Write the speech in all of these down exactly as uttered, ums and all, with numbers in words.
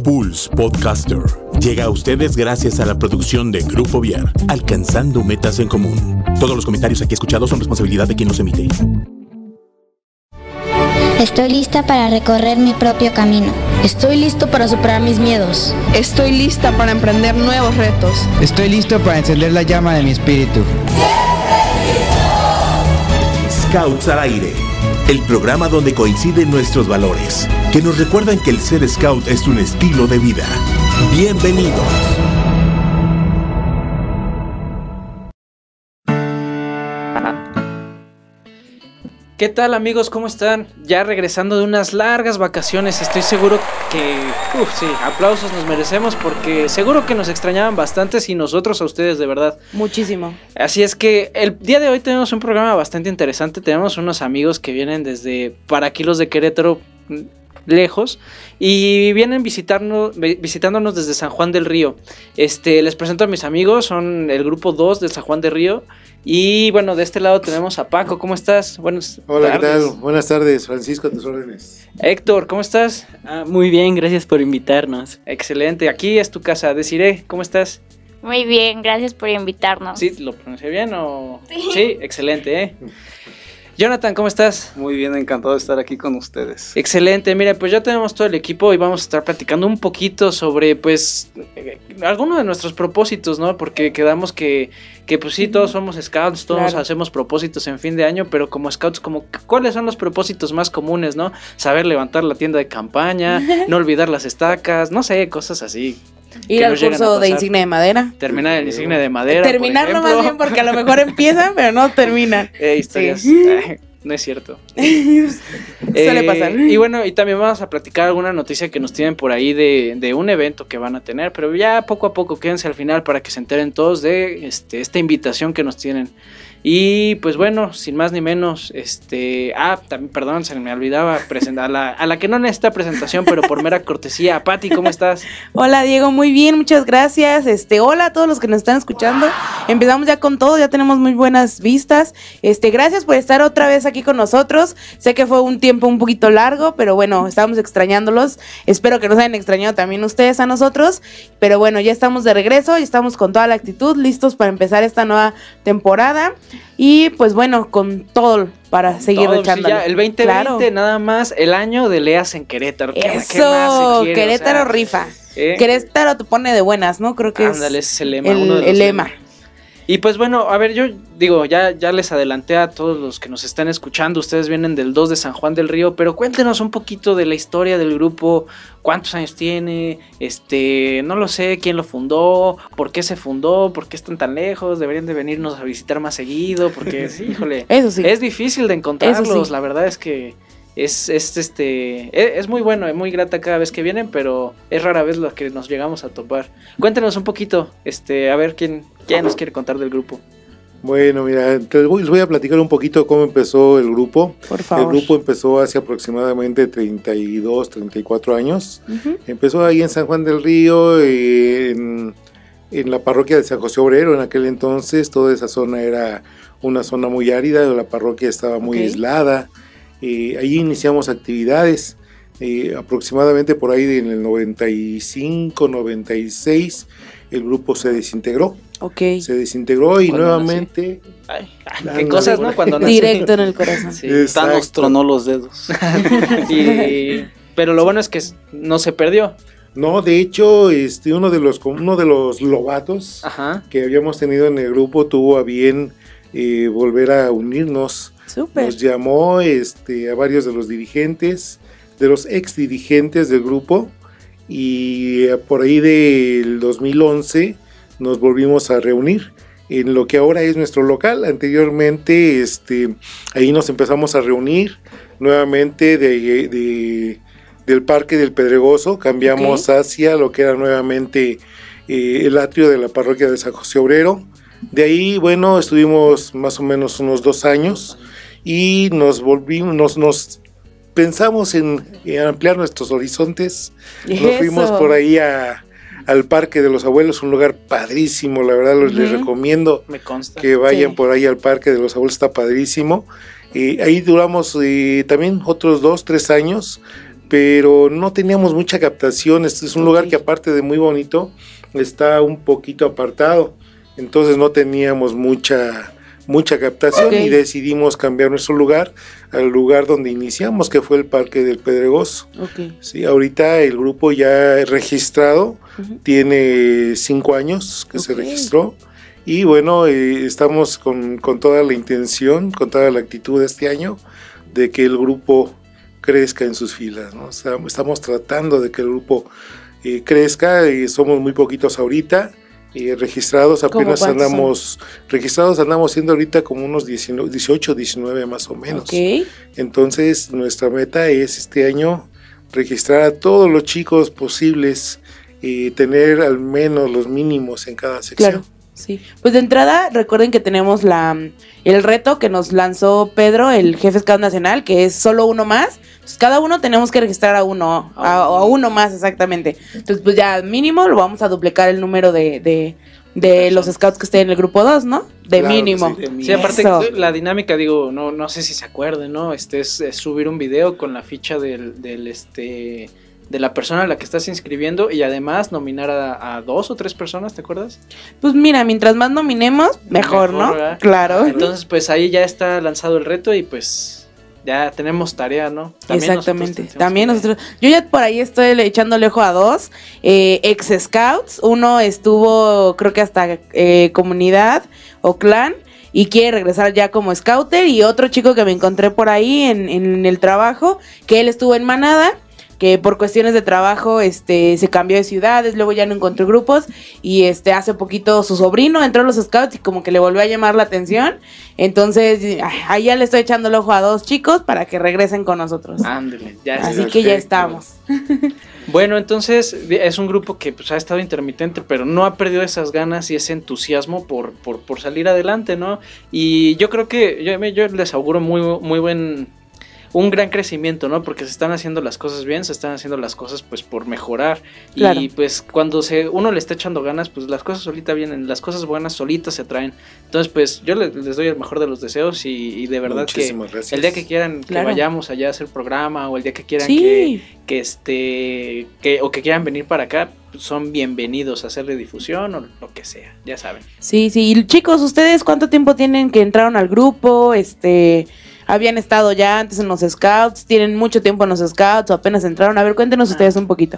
Pulse Podcaster llega a ustedes gracias a la producción de Grupo Viar, alcanzando metas en común. Todos los comentarios aquí escuchados son responsabilidad de quien los emite. Estoy lista para recorrer mi propio camino. Estoy listo para superar mis miedos. Estoy lista para emprender nuevos retos. Estoy listo para encender la llama de mi espíritu. Scouts al aire, el programa donde coinciden nuestros valores, que nos recuerdan que el ser scout es un estilo de vida. Bienvenidos. ¿Qué tal, amigos? ¿Cómo están? Ya regresando de unas largas vacaciones, estoy seguro que, uff, sí, aplausos nos merecemos porque seguro que nos extrañaban bastantes y nosotros a ustedes, de verdad. Muchísimo. Así es que el día de hoy tenemos un programa bastante interesante. Tenemos unos amigos que vienen desde para aquí los de Querétaro, lejos, y vienen visitarnos, visitándonos desde San Juan del Río. Este, les presento a mis amigos, son el grupo dos de San Juan del Río. Y bueno, de este lado tenemos a Paco. ¿Cómo estás? Buenas Hola, tardes. ¿qué tal? Buenas tardes, Francisco, a tus órdenes. Héctor, ¿cómo estás? Ah, muy bien, gracias por invitarnos. Excelente, aquí es tu casa. Desiree, ¿cómo estás? Muy bien, gracias por invitarnos. ¿Sí? ¿Lo pronuncié bien o...? Sí, sí, excelente, ¿eh? Jonathan, ¿cómo estás? Muy bien, encantado de estar aquí con ustedes. Excelente, mira, pues ya tenemos todo el equipo y vamos a estar platicando un poquito sobre, pues, eh, algunos de nuestros propósitos, ¿no? Porque quedamos que, que pues sí, todos somos scouts, todos claro. hacemos propósitos en fin de año, pero como scouts, como ¿cuáles son los propósitos más comunes, no? Saber levantar la tienda de campaña, no olvidar las estacas, no sé, cosas así. Ir al curso de insignia de madera. Terminar el insignia de madera. Terminarlo más bien porque a lo mejor empiezan, pero no terminan. Eh, historias. Sí. Eh, no es cierto. Suele eh, pasar. Y bueno, y también vamos a platicar alguna noticia que nos tienen por ahí de, de un evento que van a tener. Pero ya poco a poco quédense al final para que se enteren todos de este, esta invitación que nos tienen. Y pues bueno, sin más ni menos, este, ah, también, perdón, se me olvidaba presentar a la, a la que no necesita presentación, pero por mera cortesía. Pati, ¿cómo estás? Hola, Diego, muy bien, muchas gracias. Este, hola a todos los que nos están escuchando. Empezamos ya con todo, ya tenemos muy buenas vistas. Este, gracias por estar otra vez aquí con nosotros. Sé que fue un tiempo un poquito largo, pero bueno, estábamos extrañándolos. Espero que nos hayan extrañado también ustedes a nosotros. Pero bueno, ya estamos de regreso, ya estamos con toda la actitud, listos para empezar esta nueva temporada. Y pues bueno, con todo para seguir todo, echándole. Sí, ya, el veinte veinte, claro. Nada más, el año de Leas en Querétaro. ¿Qué, Eso, ¿qué más se quiere? Querétaro, o sea, rifa. ¿Eh? Querétaro te pone de buenas, ¿no? Creo que Ándale, es el lema. El, uno de los el lema. lemas. Y pues bueno, a ver, yo digo, ya, ya les adelanté a todos los que nos están escuchando, ustedes vienen del dos de San Juan del Río, pero cuéntenos un poquito de la historia del grupo, cuántos años tiene, este, no lo sé, quién lo fundó, por qué se fundó, por qué están tan lejos, deberían de venirnos a visitar más seguido, porque sí, híjole, eso sí. Es difícil de encontrarlos, sí. La verdad es que es, es este, es, es muy bueno, es muy grata cada vez que vienen, pero es rara vez lo que nos llegamos a topar. Cuéntenos un poquito, este, a ver quién, quién nos quiere contar del grupo. Bueno, mira, les voy, les voy a platicar un poquito cómo empezó el grupo. Por favor. El grupo empezó hace aproximadamente treinta y dos, treinta y cuatro años. Uh-huh. Empezó ahí en San Juan del Río, en, en la parroquia de San José Obrero. En aquel entonces toda esa zona era una zona muy árida, la parroquia estaba muy okay. aislada. Eh, ahí iniciamos actividades, eh, aproximadamente por ahí en el noventa y cinco, noventa y seis, el grupo se desintegró. Okay. Se desintegró y cuando nuevamente... Ay, ay, qué cosas, ¿no? Cuando nací. Directo en el corazón. Sí, Thanos tronó los dedos. y, pero lo bueno es que no se perdió. No, de hecho, este, uno de los, uno de los lobatos Ajá. que habíamos tenido en el grupo tuvo a bien eh, volver a unirnos. Súper. Nos llamó este, a varios de los dirigentes, de los ex dirigentes del grupo, y por ahí del dos mil once nos volvimos a reunir en lo que ahora es nuestro local. Anteriormente este, ahí nos empezamos a reunir nuevamente de, de, del Parque del Pedregoso, cambiamos okay. hacia lo que era nuevamente eh, el atrio de la parroquia de San José Obrero. De ahí, bueno, estuvimos más o menos unos dos años y nos volvimos, nos, nos pensamos en, en ampliar nuestros horizontes. Eso. Nos fuimos por ahí a, al Parque de los Abuelos, un lugar padrísimo, la verdad uh-huh. les recomiendo Me consta. que vayan sí. por ahí al Parque de los Abuelos, está padrísimo. Eh, ahí duramos eh, también otros dos, tres años, pero no teníamos mucha captación. Este es un okay. lugar que aparte de muy bonito, está un poquito apartado, entonces no teníamos mucha mucha captación okay. y decidimos cambiar nuestro lugar al lugar donde iniciamos, que fue el Parque del Pedregoso. Okay. Sí, ahorita el grupo ya registrado uh-huh. tiene cinco años que okay. se registró y bueno, eh, estamos con, con toda la intención, con toda la actitud de este año de que el grupo crezca en sus filas, ¿no? O sea, estamos tratando de que el grupo eh, crezca y somos muy poquitos ahorita. Eh, registrados apenas andamos son? registrados andamos siendo ahorita como unos diecinueve, dieciocho, diecinueve más o menos. Okay. Entonces nuestra meta es este año registrar a todos los chicos posibles y tener al menos los mínimos en cada sección. Claro, sí. Pues de entrada recuerden que tenemos la el reto que nos lanzó Pedro, el jefe Scout Nacional, que es solo uno más. Entonces, cada uno tenemos que registrar a uno, a, a uno más exactamente. Entonces, pues ya mínimo lo vamos a duplicar el número de, de, de los scouts que estén en el grupo dos, ¿no? De claro mínimo. Sí, de mínimo. Sí, aparte Eso. la dinámica, digo, no no sé si se acuerden, ¿no? Este es, es subir un video con la ficha del, del este de la persona a la que estás inscribiendo y además nominar a, a dos o tres personas, ¿te acuerdas? Pues mira, mientras más nominemos, mejor, mejor ¿no? ¿verdad? Claro. Entonces, pues ahí ya está lanzado el reto y pues ya tenemos tarea, ¿no? También Exactamente, nosotros también nosotros. Yo ya por ahí estoy echándole ojo a dos eh, ex scouts. Uno estuvo, creo que hasta eh, comunidad o clan y quiere regresar ya como scouter. Y otro chico que me encontré por ahí en, en el trabajo, que él estuvo en manada, que por cuestiones de trabajo este se cambió de ciudades, luego ya no encontró grupos y este hace poquito su sobrino entró a los scouts y como que le volvió a llamar la atención, entonces ahí ya le estoy echando el ojo a dos chicos para que regresen con nosotros. Ándale, ya así perfecto. Que ya estamos. Bueno, entonces es un grupo que pues ha estado intermitente, pero no ha perdido esas ganas y ese entusiasmo por, por, por salir adelante, ¿no? Y yo creo que yo, yo les auguro muy, muy buen... un gran crecimiento, ¿no? Porque se están haciendo las cosas bien, se están haciendo las cosas pues por mejorar. Claro. Y pues cuando se uno le está echando ganas, pues las cosas solitas vienen, las cosas buenas solitas se traen. Entonces pues yo les, les doy el mejor de los deseos y, y de verdad Muchísimas que gracias. El día que quieran claro. que vayamos allá a hacer programa o el día que quieran sí. que, que este que o que quieran venir para acá, pues son bienvenidos a hacerle difusión o lo que sea, ya saben. Sí, sí, y chicos, ¿ustedes cuánto tiempo tienen que entraron al grupo? Este... ¿Habían estado ya antes en los scouts? ¿Tienen mucho tiempo en los scouts o apenas entraron? A ver, cuéntenos ah. ustedes un poquito.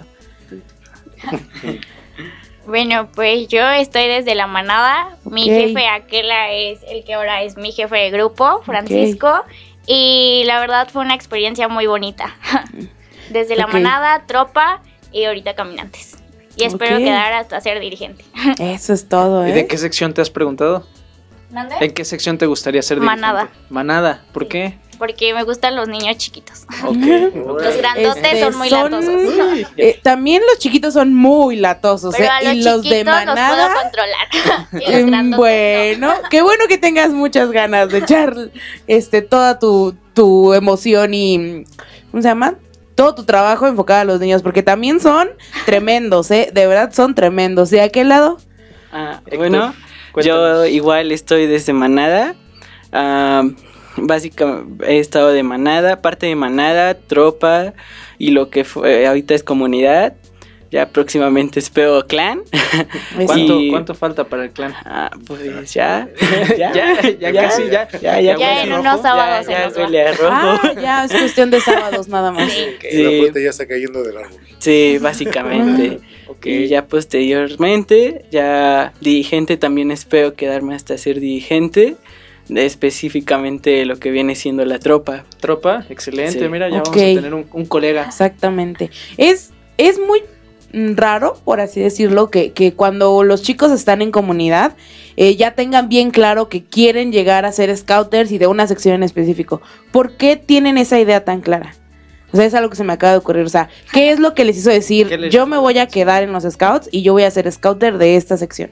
Bueno, pues yo estoy desde la manada. Okay. Mi jefe Aquela es el que ahora es mi jefe de grupo, Francisco. Okay. Y la verdad fue una experiencia muy bonita. Desde la okay. manada, tropa y ahorita caminantes. Y espero okay. quedar hasta ser dirigente. Eso es todo, ¿eh? ¿Y de qué sección te has preguntado? ¿Mande? ¿En qué sección te gustaría ser dirigente? Manada. Manada, ¿por sí. qué? Porque me gustan los niños chiquitos. Okay. Los grandotes este, son muy son, latosos. Eh, también los chiquitos son muy latosos. Pero eh, a los y los de manada los puedo controlar. Los bueno, no. Qué bueno que tengas muchas ganas de echar este toda tu, tu emoción y ¿cómo se llama? Todo tu trabajo enfocado a los niños, porque también son tremendos, eh, de verdad son tremendos. ¿De aquel lado? Ah, bueno. Yo igual estoy desde manada, uh, básicamente he estado de manada, parte de manada, tropa y lo que fue, ahorita es comunidad, ya próximamente espero clan. ¿Cuánto, y, ¿Cuánto falta para el clan? Ah, pues ya, ya, ya, ya, ya casi, ya, ya, ya, ya, ya en unos sábados ya, ya huele a rojo. Ah, ya es cuestión de sábados nada más. Sí. Sí. La fruta ya está cayendo del árbol. Sí, básicamente. Okay. Y ya posteriormente, ya dirigente, también espero quedarme hasta ser dirigente, de específicamente lo que viene siendo la tropa. Tropa, excelente, sí. Mira, ya okay. vamos a tener un, un colega. Exactamente. Es, es muy raro, por así decirlo, que, que cuando los chicos están en comunidad, eh, ya tengan bien claro que quieren llegar a ser scouters y de una sección en específico. ¿Por qué tienen esa idea tan clara? O sea, es algo que se me acaba de ocurrir. O sea, ¿qué es lo que les hizo decir? Yo me voy a quedar en los scouts y yo voy a ser scouter de esta sección.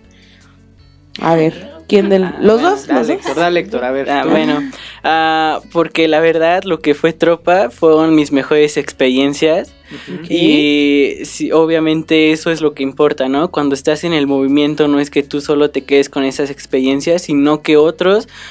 A ver, ¿quién del...? ¿Los bueno, dos? Dale, ¿Los Héctor, dos? dale, Héctor, a ver. Ah, bueno, uh, porque la verdad lo que fue tropa fueron mis mejores experiencias. Uh-huh. Y sí, obviamente eso es lo que importa, ¿no? Cuando estás en el movimiento no es que tú solo te quedes con esas experiencias, sino que otros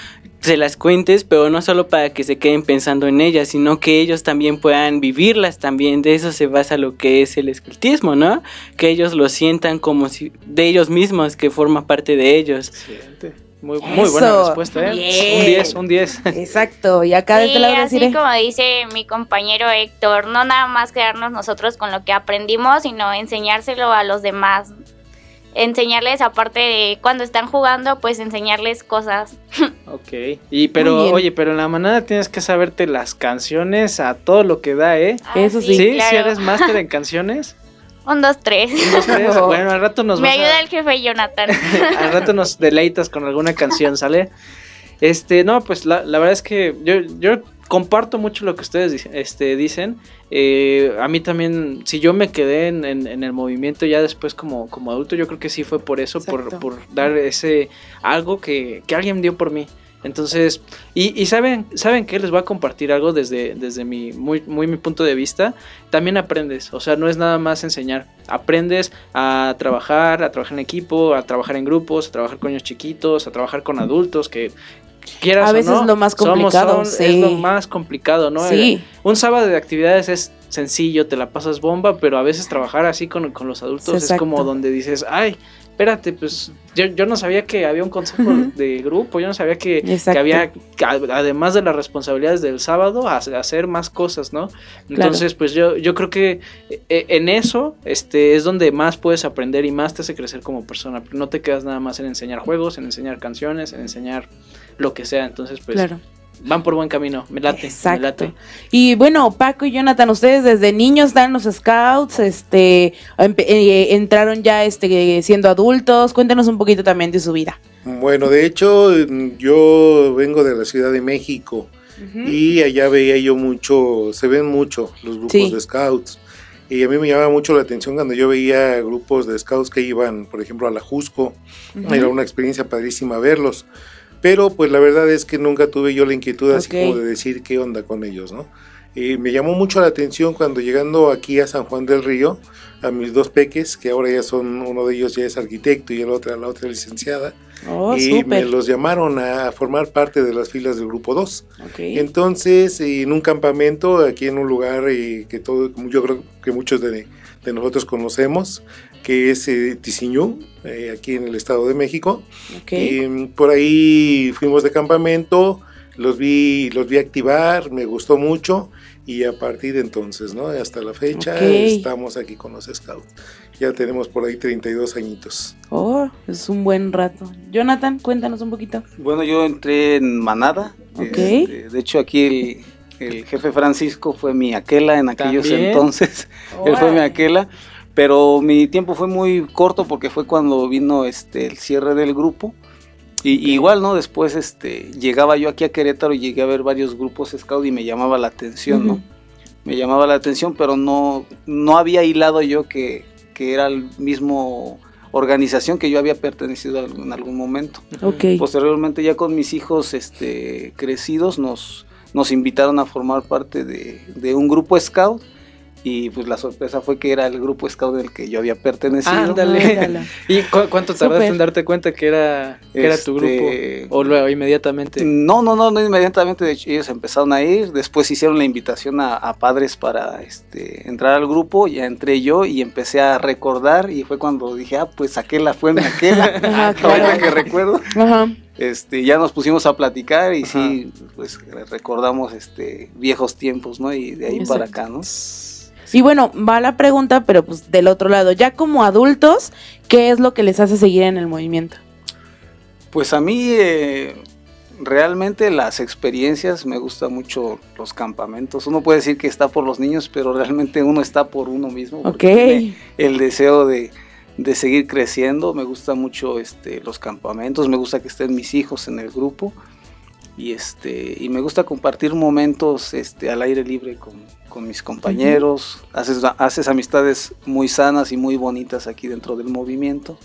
se las cuentes, pero no solo para que se queden pensando en ellas, sino que ellos también puedan vivirlas también. De eso se basa lo que es el escultismo, ¿no? Que ellos lo sientan como si de ellos mismos, que forma parte de ellos. Excelente. Muy, muy buena respuesta, ¿eh? Bien. Un diez, un diez. Exacto, y acá Sí, desde la hora así como dice mi compañero Héctor, no nada más quedarnos nosotros con lo que aprendimos, sino enseñárselo a los demás. Enseñarles, aparte de cuando están jugando, pues enseñarles cosas. Ok, y pero, oye, pero en la manada tienes que saberte las canciones a todo lo que da, ¿eh? Ah, Eso sí. ¿Sí? claro. ¿Sí eres máster en canciones? Un, dos, tres. Un, dos, tres. Bueno, al rato nos Me vas ayuda a... el jefe Jonathan. Al rato nos deleitas con alguna canción, ¿sale? Este, no, pues la, la verdad es que yo, yo comparto mucho lo que ustedes este, dicen. Eh, a mí también, si yo me quedé en, en, en el movimiento ya después como, como adulto, yo creo que sí fue por eso, por, por dar ese algo que, que alguien dio por mí. Entonces, y, y saben, saben que les voy a compartir algo desde, desde mi, muy, muy mi punto de vista. También aprendes, o sea, no es nada más enseñar. Aprendes a trabajar, a trabajar en equipo, a trabajar en grupos, a trabajar con niños chiquitos, a trabajar con adultos que quieras a veces o no, es lo más complicado, somos, son, sí. es lo más complicado, ¿no? Sí. Un sábado de actividades es sencillo, te la pasas bomba, pero a veces trabajar así con, con los adultos Exacto. es como donde dices, ay, espérate, pues yo, yo no sabía que había un consejo uh-huh. de grupo, yo no sabía que, que había, que, además de las responsabilidades del sábado, hacer más cosas, ¿no? Entonces, claro. pues yo, yo creo que en eso este, es donde más puedes aprender y más te hace crecer como persona. No te quedas nada más en enseñar juegos, en enseñar canciones, en enseñar lo que sea. Entonces, pues... Claro. Van por buen camino, me late, Exacto. me late. Y bueno, Paco y Jonathan, ustedes desde niños están en los scouts, este, eh, entraron ya este, siendo adultos, cuéntenos un poquito también de su vida. Bueno, de hecho, yo vengo de la Ciudad de México uh-huh. y allá veía yo mucho, se ven mucho los grupos sí. de scouts. Y a mí me llamaba mucho la atención cuando yo veía grupos de scouts que iban, por ejemplo, a la Jusco. Uh-huh. Era una experiencia padrísima verlos. Pero pues la verdad es que nunca tuve yo la inquietud así okay. como de decir qué onda con ellos, ¿no? Y me llamó mucho la atención cuando llegando aquí a San Juan del Río, a mis dos peques, que ahora ya son, uno de ellos ya es arquitecto y el otro, la otra licenciada, oh, y super. me los llamaron a formar parte de las filas del grupo dos. Okay. Entonces, en un campamento, aquí en un lugar y que todo, yo creo que muchos de, de nosotros conocemos, que es eh, Ticiñú, eh, aquí en el Estado de México. Okay. Y por ahí fuimos de campamento, los vi, los vi activar, me gustó mucho, y a partir de entonces, ¿no? Hasta la fecha, okay. estamos aquí con los Scouts. Ya tenemos por ahí treinta y dos añitos. Oh, es un buen rato. Jonathan, cuéntanos un poquito. Bueno, yo entré en manada. Okay. Este, de hecho, aquí el, el jefe Francisco fue mi aquela en aquellos ¿También? entonces. Oh, Él fue mi aquela. Pero mi tiempo fue muy corto porque fue cuando vino este el cierre del grupo. Y okay. igual, ¿no? Después este llegaba yo aquí a Querétaro y llegué a ver varios grupos scout y me llamaba la atención, uh-huh. ¿no? Me llamaba la atención, pero no, no había hilado yo que, que era el mismo organización que yo había pertenecido en algún momento. Okay. Posteriormente ya con mis hijos este crecidos nos, nos invitaron a formar parte de, de un grupo scout. Y pues la sorpresa fue que era el grupo scout del que yo había pertenecido. Ándale. ¿Y cu- cuánto tardaste Super. en darte cuenta que era, que era tu grupo? Este, ¿O luego inmediatamente? No, no, no, no inmediatamente. De hecho, ellos empezaron a ir. Después hicieron la invitación a, a padres para este, entrar al grupo. Ya entré yo y empecé a recordar. Y fue cuando dije, ah, pues aquella fue mi aquella. Ajá, claro. Ahorita que recuerdo. Ajá. Este, ya nos pusimos a platicar y Ajá. sí, pues recordamos este, viejos tiempos, ¿no? Y de ahí Exacto. para acá, ¿no? Y bueno, va la pregunta, pero pues del otro lado, ya como adultos, ¿qué es lo que les hace seguir en el movimiento? Pues a mí eh, realmente las experiencias, me gustan mucho los campamentos. Uno puede decir que está por los niños, pero realmente uno está por uno mismo. Okay. El deseo de, de seguir creciendo, me gusta mucho este, los campamentos, me gusta que estén mis hijos en el grupo. Y este y me gusta compartir momentos este al aire libre con, con mis compañeros. Uh-huh. haces, haces amistades muy sanas y muy bonitas aquí dentro del movimiento.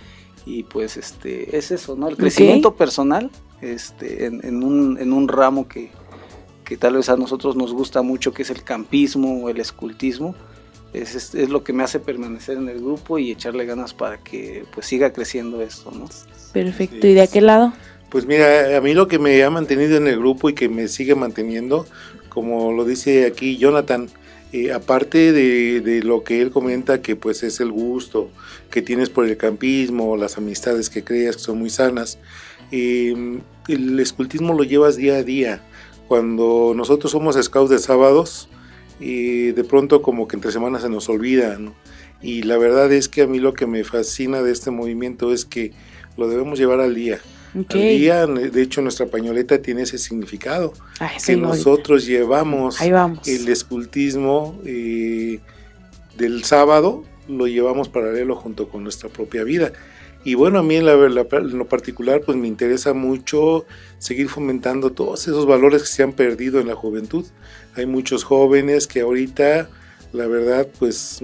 Y pues este es eso, ¿no? El crecimiento okay. personal este en, en un en un ramo que, que tal vez a nosotros nos gusta mucho, que es el campismo o el escultismo. Es, es, es lo que me hace permanecer en el grupo y echarle ganas para que pues siga creciendo esto, ¿no? Perfecto. Sí. ¿Y de aquel lado? Pues mira, a mí lo que me ha mantenido en el grupo y que me sigue manteniendo, como lo dice aquí Jonathan, eh, aparte de, de lo que él comenta, que pues es el gusto que tienes por el campismo, las amistades que creas que son muy sanas, eh, el escultismo lo llevas día a día. Cuando nosotros somos scouts de sábados, eh, de pronto como que entre semanas se nos olvida, ¿no? Y la verdad es que a mí lo que me fascina de este movimiento es que lo debemos llevar al día. Okay. Al día, de hecho nuestra pañoleta tiene ese significado, ah, que nosotros ahorita. llevamos el escultismo eh, del sábado, lo llevamos paralelo junto con nuestra propia vida. Y bueno, a mí en, la, la, en lo particular pues me interesa mucho seguir fomentando todos esos valores que se han perdido en la juventud. Hay muchos jóvenes que ahorita, la verdad, pues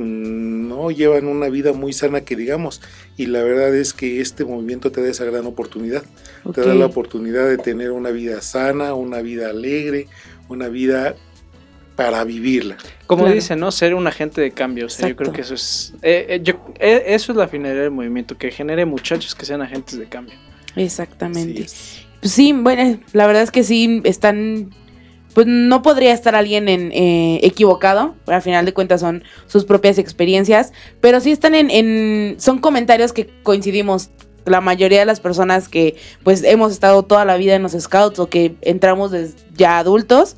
no llevan una vida muy sana que digamos, y la verdad es que este movimiento te da esa gran oportunidad, okay. Te da la oportunidad de tener una vida sana, una vida alegre, una vida para vivirla. Como claro. Dicen, ¿no? Ser un agente de cambio, o sea, yo creo que eso es, eh, eh, yo, eh, eso es la finalidad del movimiento, que genere muchachos que sean agentes de cambio. Exactamente. Sí, pues sí, bueno, la verdad es que sí, están... Pues no podría estar alguien en, eh, equivocado, al final de cuentas son sus propias experiencias, pero sí están en, en, son comentarios que coincidimos, la mayoría de las personas que pues hemos estado toda la vida en los scouts o que entramos desde ya adultos,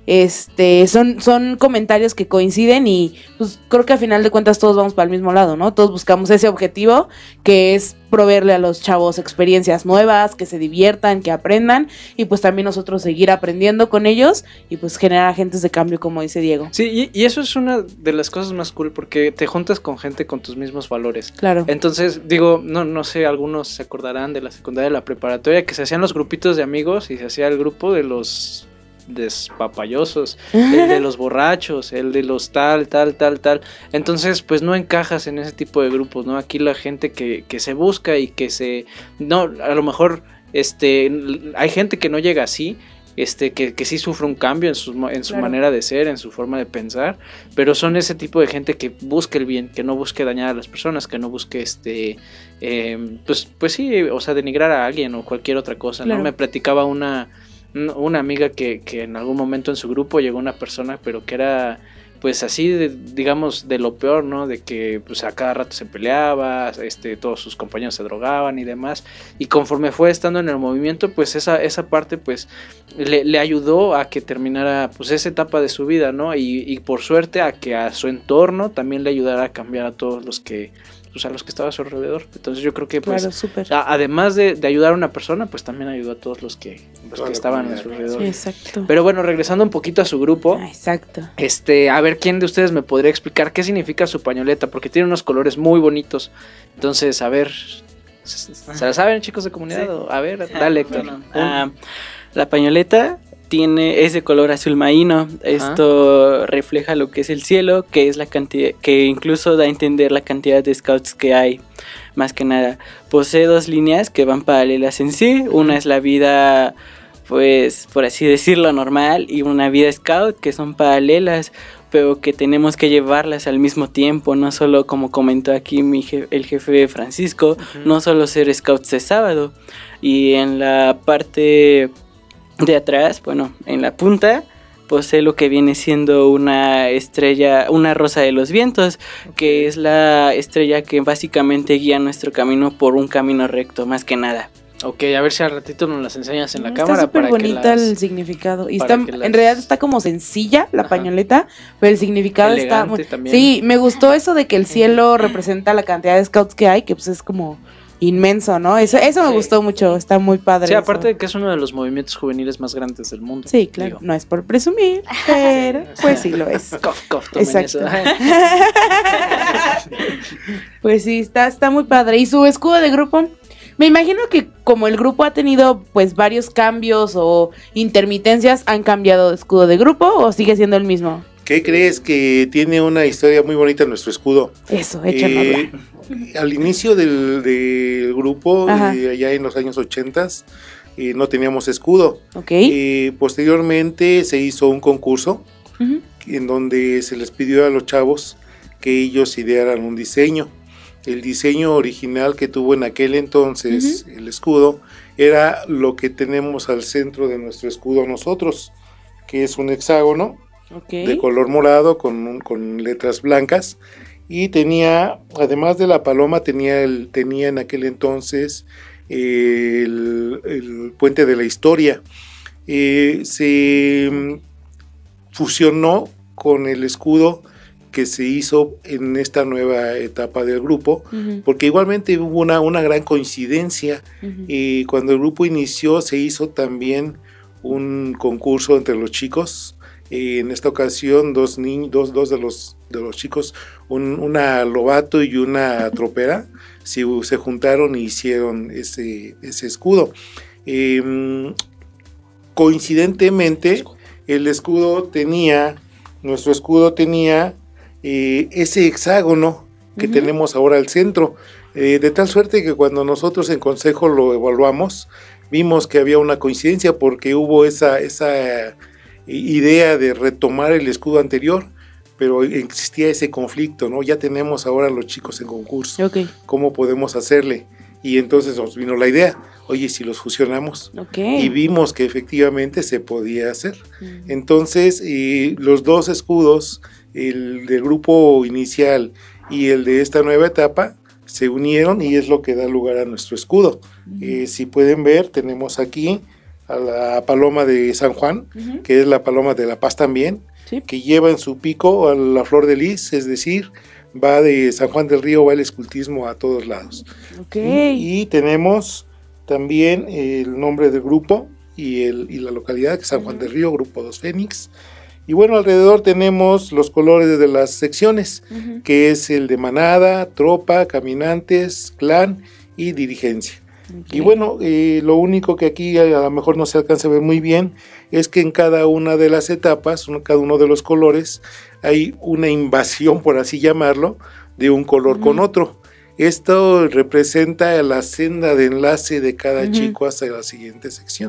este, son, son comentarios que coinciden y pues creo que al final de cuentas todos vamos para el mismo lado, ¿no? Todos buscamos ese objetivo que es proveerle a los chavos experiencias nuevas, que se diviertan, que aprendan y pues también nosotros seguir aprendiendo con ellos y pues generar agentes de cambio, como dice Diego. Sí, y, y eso es una de las cosas más cool porque te juntas con gente con tus mismos valores. Claro. Entonces, digo, no, no sé, algunos se acordarán de la secundaria, de la preparatoria, que se hacían los grupitos de amigos y se hacía el grupo de los despapayosos, el de los borrachos, el de los tal, tal, tal, tal. Entonces, pues no encajas en ese tipo de grupos, ¿no? Aquí la gente que, que se busca y que se... No, a lo mejor, este, hay gente que no llega así, este, que, que sí sufre un cambio en su, en su claro. manera de ser, en su forma de pensar, pero son ese tipo de gente que busca el bien, que no busque dañar a las personas, que no busque, este, eh, pues, pues sí, o sea, denigrar a alguien o cualquier otra cosa, claro. ¿no? Me platicaba una... una amiga que, que en algún momento en su grupo llegó una persona, pero que era pues así, de, digamos, de lo peor, ¿no? De que pues a cada rato se peleaba, este, todos sus compañeros se drogaban y demás, y conforme fue estando en el movimiento, pues esa, esa parte pues le, le ayudó a que terminara pues esa etapa de su vida, ¿no? Y, y por suerte a que a su entorno también le ayudara a cambiar a todos los que pues a los que estaba a su alrededor. Entonces yo creo que pues claro, a, además de, de ayudar a una persona, pues también ayudó a todos los que, los que estaban a su alrededor. Sí, exacto. Pero bueno, regresando un poquito a su grupo. Ah, exacto. Este, a ver quién de ustedes me podría explicar qué significa su pañoleta, porque tiene unos colores muy bonitos. Entonces, a ver, ¿se, se la saben, chicos de comunidad? Sí. A ver, dale, Héctor. Bueno, uh, la pañoleta tiene es de color azul marino. Esto Ajá. refleja lo que es el cielo, que es la cantidad, que incluso da a entender la cantidad de scouts que hay. Más que nada, posee dos líneas que van paralelas en sí. Una es la vida, pues, por así decirlo, normal, y una vida scout, que son paralelas, pero que tenemos que llevarlas al mismo tiempo. No solo, como comentó aquí mi je- el jefe Francisco, uh-huh. no solo ser scouts de sábado. Y en la parte de atrás, bueno, en la punta, posee lo que viene siendo una estrella, una rosa de los vientos, okay. que es la estrella que básicamente guía nuestro camino por un camino recto, más que nada. Ok, a ver si al ratito nos las enseñas en la está cámara. Está súper bonita las, el significado. Y está, las... en realidad está como sencilla la Ajá. pañoleta, pero el significado elegante está... También. Sí, me gustó eso de que el cielo representa la cantidad de scouts que hay, que pues es como... inmenso, ¿no? Eso eso me sí. gustó mucho, está muy padre. Sí, eso. aparte de que es uno de los movimientos juveniles más grandes del mundo. Sí, claro, digo. No es por presumir, pero sí, pues sí lo es. Cof, cof, tomen Exacto. eso. Pues sí, está, está muy padre. ¿Y su escudo de grupo? Me imagino que como el grupo ha tenido pues varios cambios o intermitencias, ¿han cambiado de escudo de grupo o sigue siendo el mismo? ¿Qué crees? Que tiene una historia muy bonita nuestro escudo. Eso, échanos eh, Al inicio del, del grupo, eh, allá en los años ochentas, eh, no teníamos escudo. Okay. Eh, posteriormente se hizo un concurso uh-huh. en donde se les pidió a los chavos que ellos idearan un diseño. el diseño original que tuvo en aquel entonces uh-huh. el escudo era lo que tenemos al centro de nuestro escudo nosotros, que es un hexágono okay. de color morado con, con letras blancas, y tenía, además de la paloma, tenía, el, tenía en aquel entonces eh, el, el puente de la historia. Eh, se fusionó con el escudo que se hizo en esta nueva etapa del grupo, uh-huh. porque igualmente hubo una, una gran coincidencia. Uh-huh. Eh, cuando el grupo inició se hizo también un concurso entre los chicos. Eh, en esta ocasión dos niños, dos, dos de los de los chicos, un, una lobato y una tropera, se, se juntaron y hicieron ese, ese escudo. Eh, coincidentemente, el escudo tenía, nuestro escudo tenía Eh, ese hexágono que uh-huh. tenemos ahora al centro, eh, de tal suerte que cuando nosotros en consejo lo evaluamos, vimos que había una coincidencia porque hubo esa, esa idea de retomar el escudo anterior, pero existía ese conflicto, ¿no? Ya tenemos ahora los chicos en concurso, okay. ¿cómo podemos hacerle? Y entonces nos vino la idea, oye, si los fusionamos, okay. y vimos que efectivamente se podía hacer. Uh-huh. Entonces, eh, los dos escudos, el del grupo inicial y el de esta nueva etapa, se unieron y es lo que da lugar a nuestro escudo. Uh-huh. Eh, si pueden ver, tenemos aquí a la paloma de San Juan, uh-huh. que es la paloma de la paz también, sí. que lleva en su pico a la flor de lis, es decir, va de San Juan del Río, va el escultismo a todos lados. Okay. Y, y tenemos también el nombre del grupo y, el, y la localidad, que es San uh-huh. Juan del Río, Grupo dos Fénix. Y bueno, alrededor tenemos los colores de las secciones, uh-huh. que es el de manada, tropa, caminantes, clan y dirigencia. Okay. Y bueno, eh, lo único que aquí a, a lo mejor no se alcanza a ver muy bien es que en cada una de las etapas, uno, cada uno de los colores, hay una invasión, por así llamarlo, de un color uh-huh. con otro. Esto representa la senda de enlace de cada uh-huh. chico hasta la siguiente sección.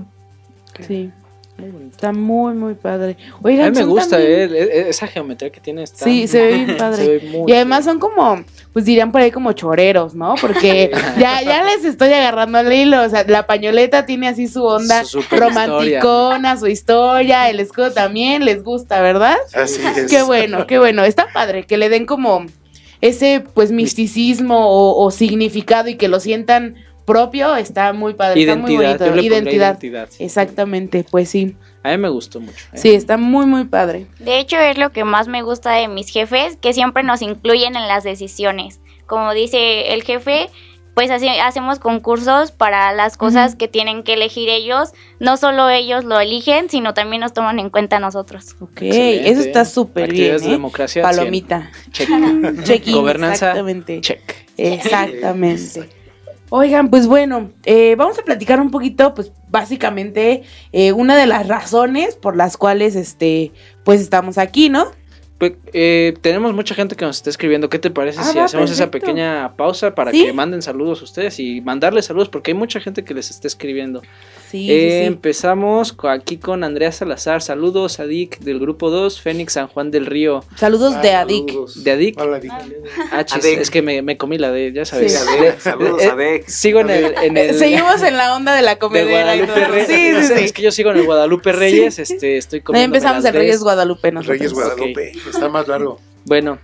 Sí. Está muy, muy padre. Oigan, a mí me gusta también... eh, esa geometría que tiene. Está sí, se ve bien padre. Se ve muy y además bien. Son como, pues dirían por ahí como choreros, ¿no? Porque ya, ya les estoy agarrando el hilo. O sea, la pañoleta tiene así su onda su romanticona, historia. Su historia, el escudo también les gusta, ¿verdad? Así es. Qué bueno, qué bueno. Está padre que le den como ese, pues, misticismo o, o significado y que lo sientan propio, está muy padre, identidad, está muy bonito. Identidad. identidad sí. Exactamente, pues sí. A mí me gustó mucho. ¿eh? Sí, está muy, muy padre. De hecho, es lo que más me gusta de mis jefes, que siempre nos incluyen en las decisiones. Como dice el jefe, pues así hacemos concursos para las cosas uh-huh. que tienen que elegir ellos. No solo ellos lo eligen, sino también nos toman en cuenta nosotros. Ok, excelente. Eso está súper bien. Actividades de ¿eh? democracia. Palomita. Check. Check-in, gobernanza. Exactamente. Check. Exactamente. Oigan, pues bueno, eh, vamos a platicar un poquito, pues básicamente eh, una de las razones por las cuales, este, pues estamos aquí, ¿no? Pues, eh, tenemos mucha gente que nos está escribiendo. ¿Qué te parece ah, si va, hacemos perfecto. Esa pequeña pausa para ¿Sí? que manden saludos a ustedes y mandarles saludos? Porque hay mucha gente que les está escribiendo. Sí, eh, sí, sí. Empezamos aquí con Andrea Salazar. Saludos a Dick del grupo dos, Fénix San Juan del Río. Saludos ah, de Adic. ¿De Adic? Hola, Adic. Ah, chis, es que me, me comí la de, ya sabes. Sí, Adec, saludos a Adic. Sigo en el, en el... Seguimos en la onda de la comedera y todo. Reyes. Sí, sí, sí. Es que yo sigo en el Guadalupe Reyes, sí. este, estoy comiendo. Empezamos el Reyes Guadalupe, ¿no? Reyes Guadalupe, okay. Está más largo. Bueno,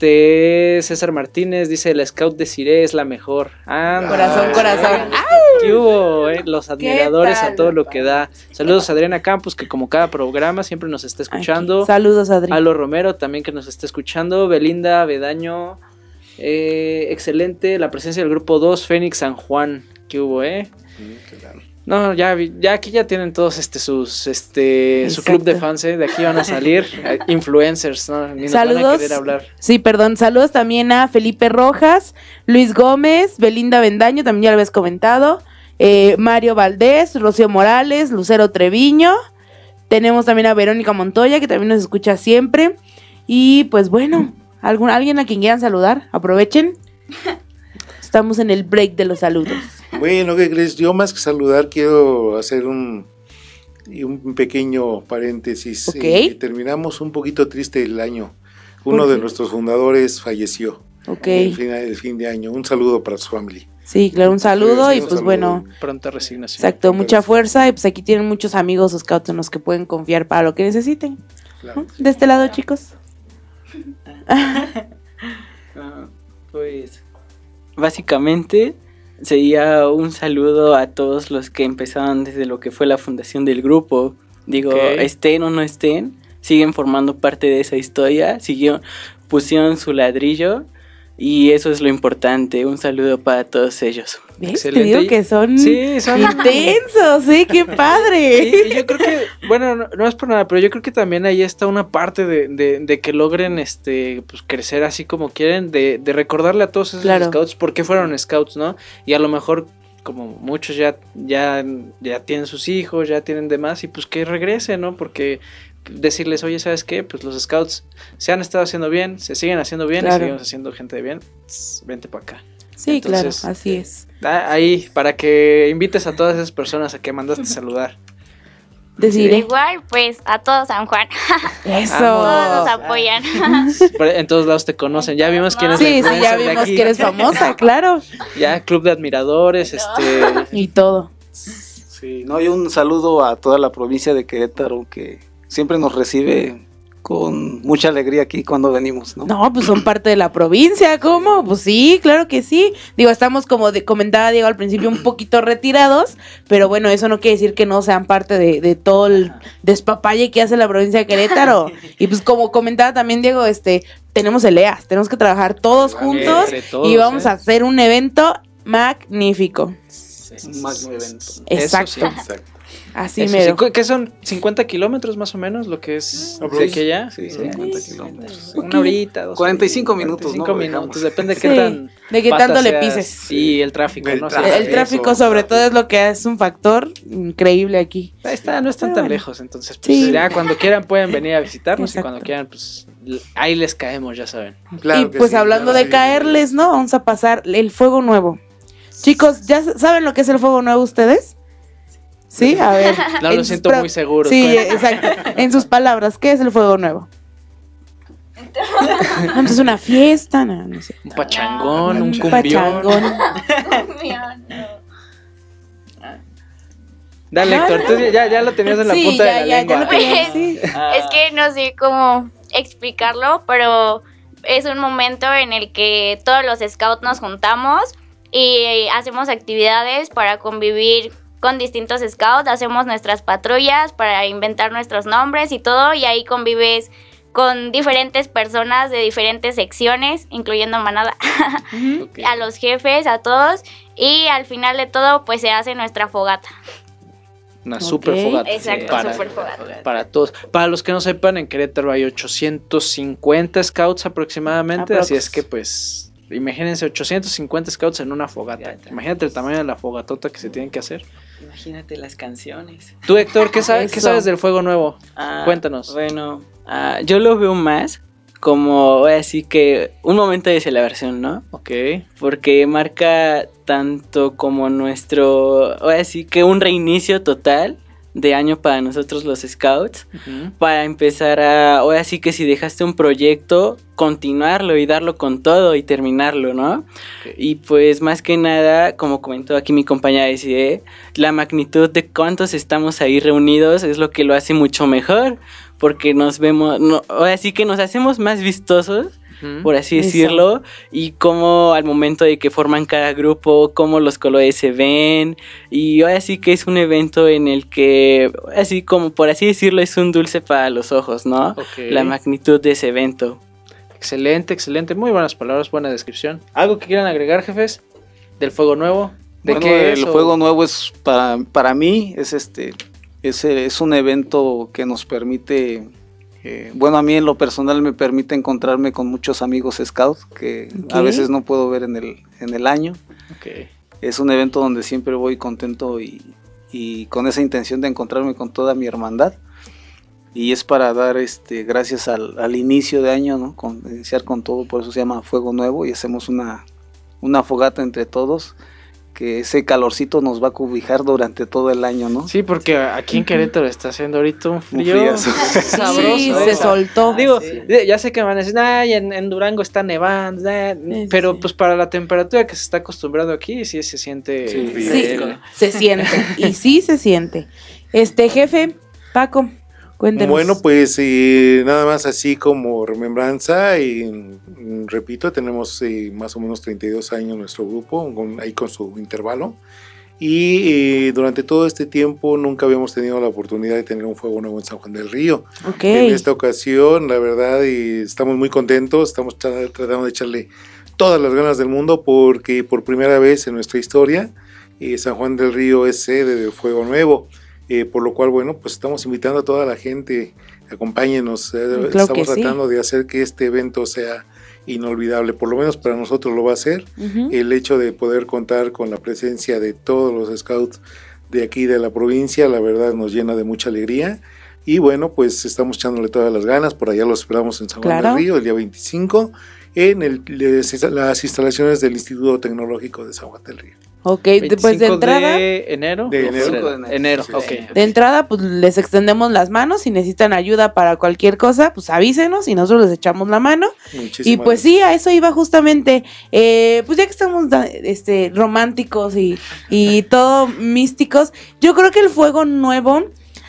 este César Martínez dice el scout de Cire es la mejor. Ah, corazón, corazón. ¿Qué hubo? Eh? Los admiradores a todo lo que da. Saludos a Adriana Campos, que como cada programa siempre nos está escuchando. Aquí. Saludos, Adri. Alo Romero también que nos está escuchando. Belinda Bedaño, eh, excelente. La presencia del grupo dos, Fénix San Juan. ¿Qué hubo, eh? Sí, claro. No, ya, ya aquí ya tienen todos este sus este Exacto. su club de fans, ¿eh? De aquí van a salir influencers, ¿no? Ni nos saludos, van a querer hablar. Sí, perdón, saludos también a Felipe Rojas, Luis Gómez, Belinda Bendaño, también ya lo habías comentado, eh, Mario Valdés, Rocío Morales, Lucero Treviño, tenemos también a Verónica Montoya, que también nos escucha siempre, y pues bueno, ¿algún, alguien a quien quieran saludar, aprovechen, estamos en el break de los saludos. Bueno, ¿qué crees? Yo más que saludar quiero hacer un, un pequeño paréntesis. Okay. Eh, terminamos un poquito triste el año. Uno de nuestros fundadores falleció. Ok. El fin, el fin de año. Un saludo para su familia. Sí, claro, un saludo Sí, y un pues saludo. bueno. Pronta resignación. Exacto, mucha fuerza y pues aquí tienen muchos amigos scouts en los que pueden confiar para lo que necesiten. Claro. De este lado, chicos. Ah, pues básicamente sería un saludo a todos los que empezaron desde lo que fue la fundación del grupo. Digo, Ok. estén o no estén, siguen formando parte de esa historia, siguieron, pusieron su ladrillo y eso es lo importante. Un saludo para todos ellos. ¿Ves? Excelente. Te digo que son Sí, son- intensos, sí, qué padre. Y, y yo creo que, bueno, no, no es por nada, pero yo creo que también ahí está una parte de, de, de que logren este pues crecer así como quieren, de, de recordarle a todos esos Claro. scouts por qué fueron scouts, ¿no? Y a lo mejor, como muchos ya, ya, ya tienen sus hijos, ya tienen demás, y pues que regresen, ¿no? Porque decirles, oye, ¿sabes qué? Pues los scouts se han estado haciendo bien, se siguen haciendo bien Claro. y seguimos haciendo gente de bien. Tss, vente para acá. Sí, Entonces, claro, así es. Ah, ahí, para que invites a todas esas personas a que mandaste saludar. Deciré. Igual, pues a todos San Juan. Eso. Todos nos apoyan. Pero en todos lados te conocen. Ya vimos quién es la Sí, sí, ya influencer de vimos aquí. que eres famosa, claro. Ya, club de admiradores, este... Y todo. Sí, no, y un saludo a toda la provincia de Querétaro que siempre nos recibe con mucha alegría aquí cuando venimos, ¿no? No, pues son parte de la provincia, ¿cómo? Pues sí, claro que sí. Digo, estamos como de, comentaba Diego al principio un poquito retirados, pero bueno, eso no quiere decir que no sean parte de, de todo el despapalle que hace la provincia de Querétaro. Y pues como comentaba también Diego, este, tenemos el E A S, tenemos que trabajar todos juntos Entre todos, y vamos ¿eh? a hacer un evento magnífico. Un magno evento. Exacto. sí. Exacto. Así Eso mero. sí. ¿Qué son? ¿cincuenta kilómetros más o menos lo que es de aquí a allá? Sí, cincuenta kilómetros. Una horita, dos cuarenta y cinco minutos, cuarenta y cinco ¿no? minutos, Dejamos. depende de qué Sí, tan... de qué pata tanto le seas. pises. Y el tráfico, El ¿no? Sí, El, tráfico. el tráfico Eso, sobre tráfico. todo es lo que es un factor increíble aquí. Ahí está, no están Pero tan bueno. lejos, entonces pues, Sí. ya cuando quieran pueden venir a visitarnos Exacto. y cuando quieran pues l- ahí les caemos, ya saben. Claro y que pues sí, hablando claro, de sí. caerles, ¿no? Vamos a pasar el fuego nuevo. Chicos, ¿ya s- saben lo que es el fuego nuevo ustedes? Sí, a ver. No, en lo sus siento pro- muy seguro. Sí, cuenta. exacto. En sus palabras, ¿qué es el fuego nuevo? No, pues es una fiesta, no, no sé. Un pachangón, un Un cumbión. pachangón. Dale, Héctor, tú ya, ya lo tenías en la Sí, punta ya, de la ya, lengua. ya lo tenía, sí. Es que no sé cómo explicarlo, pero es un momento en el que todos los scouts nos juntamos y hacemos actividades para convivir con distintos scouts, hacemos nuestras patrullas para inventar nuestros nombres y todo, y ahí convives con diferentes personas de diferentes secciones, incluyendo manada, Ok. a los jefes, a todos, y al final de todo pues se hace nuestra fogata. Una Ok. super fogata. Exacto, para, super fogata. para todos. Para los que no sepan, en Querétaro hay ochocientos cincuenta scouts aproximadamente, Aprox. así es que pues imagínense ochocientos cincuenta scouts en una fogata. Imagínate el tamaño de la fogatota que se tienen que hacer. Imagínate las canciones. Tú, Héctor, ¿qué, sabes, ¿qué Eso. sabes del fuego nuevo? Ah, Cuéntanos. Bueno, ah, yo lo veo más como así que un momento de celebración, ¿no? Ok. Porque marca tanto como nuestro, así que un reinicio total de año para nosotros los scouts, Ujú. para empezar a, ahora sí que si dejaste un proyecto, continuarlo y darlo con todo y terminarlo, ¿no? Ok. Y pues más que nada, como comentó aquí mi compañera Desiree, la magnitud de cuántos estamos ahí reunidos es lo que lo hace mucho mejor, porque nos vemos, no, ahora sí que nos hacemos más vistosos, Ujú. por así Eso. decirlo, y cómo al momento de que forman cada grupo, cómo los colores se ven, y ahora sí que es un evento en el que, así como por así decirlo, es un dulce para los ojos, ¿no? Ok. La magnitud de ese evento. Excelente, excelente. Muy buenas palabras, buena descripción. ¿Algo que quieran agregar, jefes? ¿Del fuego nuevo? ¿De Bueno, qué el es, o- juego nuevo es para, para mí es este es, es un evento que nos permite eh, bueno, a mí en lo personal me permite encontrarme con muchos amigos scouts que a Ok. veces no puedo ver en el en el año. Ok. Es un evento donde siempre voy contento y, y con esa intención de encontrarme con toda mi hermandad. Y es para dar este gracias al, al inicio de año, ¿no? Con, iniciar con todo, por eso se llama Fuego Nuevo y hacemos una, una fogata entre todos que ese calorcito nos va a cobijar durante todo el año, ¿no? Sí, porque aquí en Querétaro está haciendo ahorita un frío un sabroso. Sí, se soltó. Digo, sí. ya sé que van a decir, ay, en, en Durango está nevando, nah", sí, pero sí. pues para la temperatura que se está acostumbrado aquí, sí se siente Sí, fresco. Sí, se siente, y sí se siente. Este, jefe, Paco, cuéntenos. Bueno, pues eh, nada más así como remembranza, y mm, repito, tenemos eh, más o menos treinta y dos años nuestro grupo, con, ahí con su intervalo, y eh, durante todo este tiempo nunca habíamos tenido la oportunidad de tener un fuego nuevo en San Juan del Río. Okay. En esta ocasión, la verdad, y estamos muy contentos, estamos tra- tratando de echarle todas las ganas del mundo, porque por primera vez en nuestra historia, eh, San Juan del Río es sede del Fuego Nuevo. Eh, por lo cual, bueno, pues estamos invitando a toda la gente, acompáñenos, eh, Claro estamos que tratando sí. de hacer que este evento sea inolvidable, por lo menos para nosotros lo va a ser. Uh-huh. El hecho de poder contar con la presencia de todos los scouts de aquí de la provincia, la verdad nos llena de mucha alegría, y bueno, pues estamos echándole todas las ganas, por allá los esperamos en San Juan Claro. del Río el día veinticinco, en el, les, las instalaciones del Instituto Tecnológico de San Juan del Río. Ok, de- pues de entrada, de enero. De enero. Febrero. de enero. Enero, Sí. ok. de entrada, pues les extendemos las manos. Si necesitan ayuda para cualquier cosa, pues avísenos y nosotros les echamos la mano. Muchísimas Y pues sí, a eso iba justamente. Eh, pues ya que estamos da- este, románticos y, y todo místicos, yo creo que el fuego nuevo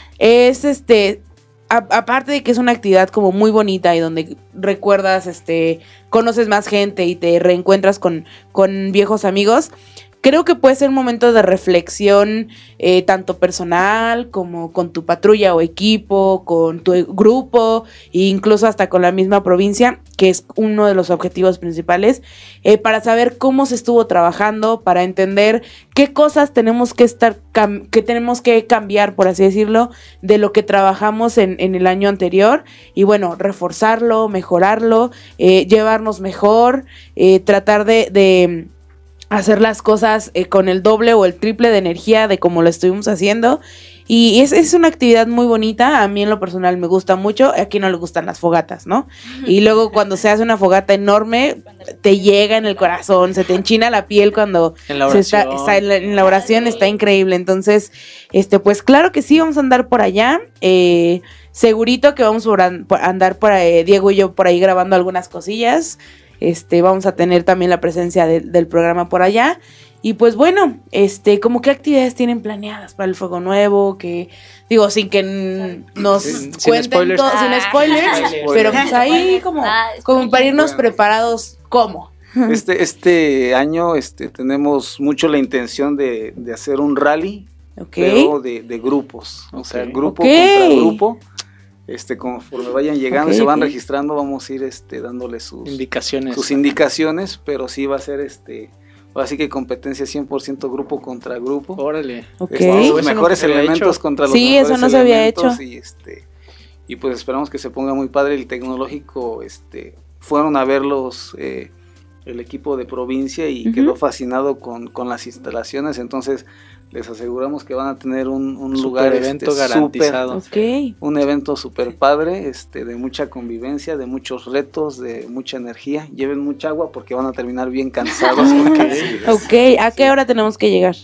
es este. A- aparte de que es una actividad como muy bonita y donde recuerdas, este, conoces más gente y te reencuentras con, con viejos amigos. Creo que puede ser un momento de reflexión, eh, tanto personal como con tu patrulla o equipo, con tu grupo e incluso hasta con la misma provincia, que es uno de los objetivos principales, eh, para saber cómo se estuvo trabajando, para entender qué cosas tenemos que estar cam- que tenemos que cambiar, por así decirlo, de lo que trabajamos en, en el año anterior, y bueno, reforzarlo, mejorarlo, eh, llevarnos mejor, eh, tratar de, de hacer las cosas eh, con el doble o el triple de energía de como lo estuvimos haciendo. Y es, es una actividad muy bonita. A mí en lo personal me gusta mucho. A quien no le gustan las fogatas, ¿no? Y luego cuando se hace una fogata enorme, te llega en el corazón, se te enchina la piel cuando En la se está, oración. está en, la, en la oración, está increíble. Entonces, este, pues claro que sí, vamos a andar por allá. Eh, segurito que vamos por an- por andar por ahí, Diego y yo por ahí grabando algunas cosillas. Este, vamos a tener también la presencia de, del programa por allá. Y pues bueno, este, como qué actividades tienen planeadas para el Fuego Nuevo, que digo, sin que n- nos Sin- sin cuenten spoilers. todo, sin spoilers, Spoilers. pero pues ahí como, Ah, como para irnos Bueno. preparados, ¿cómo? Este, este año este, tenemos mucho la intención de, de hacer un rally, Ok. pero de, de grupos. O sea, Ok. grupo Ok. contra grupo. Este, conforme vayan llegando, Ok, se van ok. registrando, vamos a ir este, dándoles sus, Indicaciones. sus indicaciones, pero sí va a ser este, así que competencia cien por ciento grupo contra grupo. Órale. Ok. Este, Wow, los eso mejores nunca se había elementos hecho. contra los Sí, mejores eso no se había elementos hecho. y este y pues esperamos que se ponga muy padre. El tecnológico, este, fueron a verlos eh, el equipo de provincia y Ujú. quedó fascinado con, con las instalaciones, entonces les aseguramos que van a tener un, un Super lugar evento este, garantizado. súper- Ok. un evento súper padre, este, de mucha convivencia, de muchos retos, de mucha energía. Lleven mucha agua porque van a terminar bien cansados. porque- Ok, ¿a qué hora tenemos que llegar?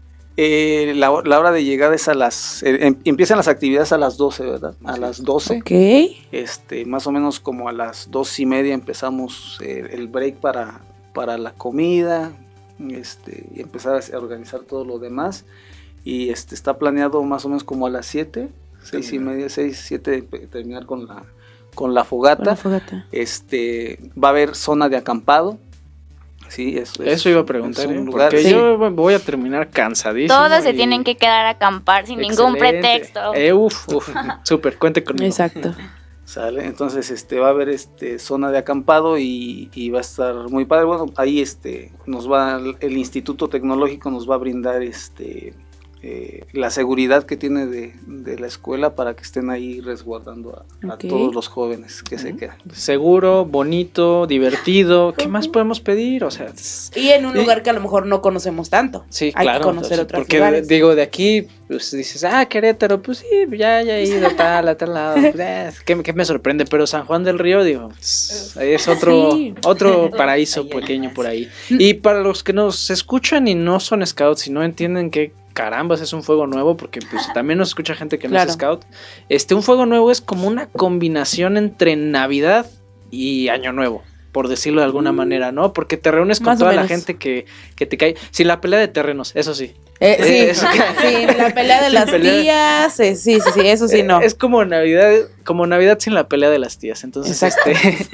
Eh, la, la hora de llegada es a las... eh, em- empiezan las actividades a las doce, ¿verdad? A las doce. Ok. Este, más o menos como a las dos y media empezamos eh, el break para, para la comida, este, y empezar a organizar todo lo demás. Y este, está planeado más o menos como a las siete, seis y media, seis, siete, terminar con la, con la fogata. Con la fogata. Este, va a haber zona de acampado. Sí, eso, es- Eso iba a preguntar, es un ¿eh? lugar- Porque Sí. yo voy a terminar cansadísimo. Todos se y- tienen que quedar a acampar sin ningún Excelente. pretexto. Eh, uf, uf. Súper, cuente conmigo. Exacto. Sale, entonces este va a haber este zona de acampado y, y va a estar muy padre. Bueno, ahí este nos va el Instituto Tecnológico nos va a brindar este eh, la seguridad que tiene de, de la escuela para que estén ahí resguardando a, okay. a todos los jóvenes que uh-huh. se quedan. Seguro, bonito, divertido, ¿qué uh-huh. más podemos pedir? O sea, y en un y, lugar que a lo mejor no conocemos tanto. Sí, hay claro. que conocer Entonces, otros porque lugares. Digo, de aquí pues dices, ah, Querétaro, pues sí, ya, ya he ido a tal, a tal lado, pues, eh, ¿qué, qué me sorprende? Pero San Juan del Río, digo, es otro, sí. otro paraíso pequeño por ahí. Y para los que nos escuchan y no son scouts y no entienden que carambas es un fuego nuevo, porque pues también nos escucha gente que no claro. es scout, este, un fuego nuevo es como una combinación entre Navidad y Año Nuevo, por decirlo de alguna mm. manera, ¿no? Porque te reúnes con Más toda la gente que, que te cae. Sí, la pelea de terrenos, eso sí. Eh, sí, eh, eso, sí, la pelea de las pelea. tías, eh, sí, sí, sí, eso sí, no. Es como Navidad, como Navidad sin la pelea de las tías, entonces, Exacto. este,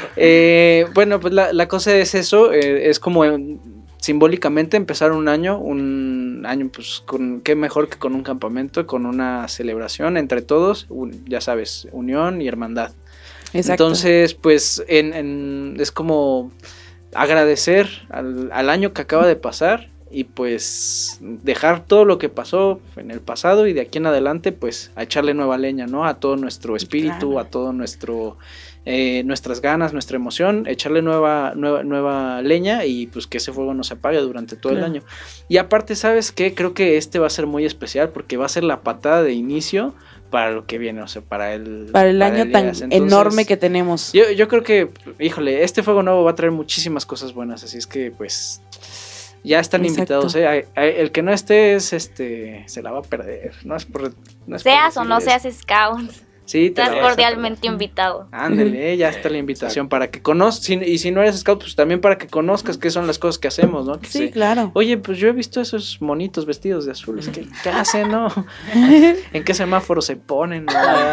eh, bueno, pues la, la cosa es eso, eh, es como en, simbólicamente empezar un año, un año pues con qué mejor que con un campamento, con una celebración entre todos, un, ya sabes, unión y hermandad. Exacto. Entonces, pues en, en, es como agradecer al, al año que acaba de pasar y pues dejar todo lo que pasó en el pasado y de aquí en adelante pues a echarle nueva leña, ¿no? A todo nuestro espíritu, claro. a todo nuestro... Eh, nuestras ganas, nuestra emoción, echarle nueva, nueva, nueva leña y pues que ese fuego no se apague durante todo claro. el año. Y aparte, ¿sabes qué? Creo que este va a ser muy especial porque va a ser la patada de inicio para lo que viene, o sea, para el... Para el para año tan Entonces, enorme que tenemos. Yo, yo creo que, híjole, este fuego nuevo va a traer muchísimas cosas buenas, así es que pues... Ya están Exacto. invitados, ¿eh? El que no esté es, este, se la va a perder, no es por... No es seas por o no seas scout. Sí, estás cordialmente invitado. Ándale, ya está la invitación para que conozcas, y si no eres scout, pues también para que conozcas qué son las cosas que hacemos, ¿no? Que sí, se, claro. Oye, pues yo he visto esos monitos vestidos de azules, ¿qué, qué hacen, no? ¿En qué semáforo se ponen? ¿No?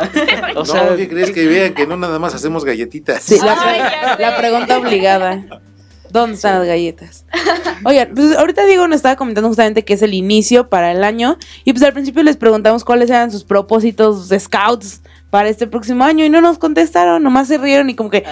O sea, no, ¿qué crees? Que vean que no nada más hacemos galletitas. Sí, la, pre- la pregunta obligada. ¿Dónde están las galletas? Oigan, pues ahorita Diego nos estaba comentando justamente que es el inicio para el año y pues al principio les preguntamos cuáles eran sus propósitos de scouts para este próximo año y no nos contestaron, nomás se rieron y como que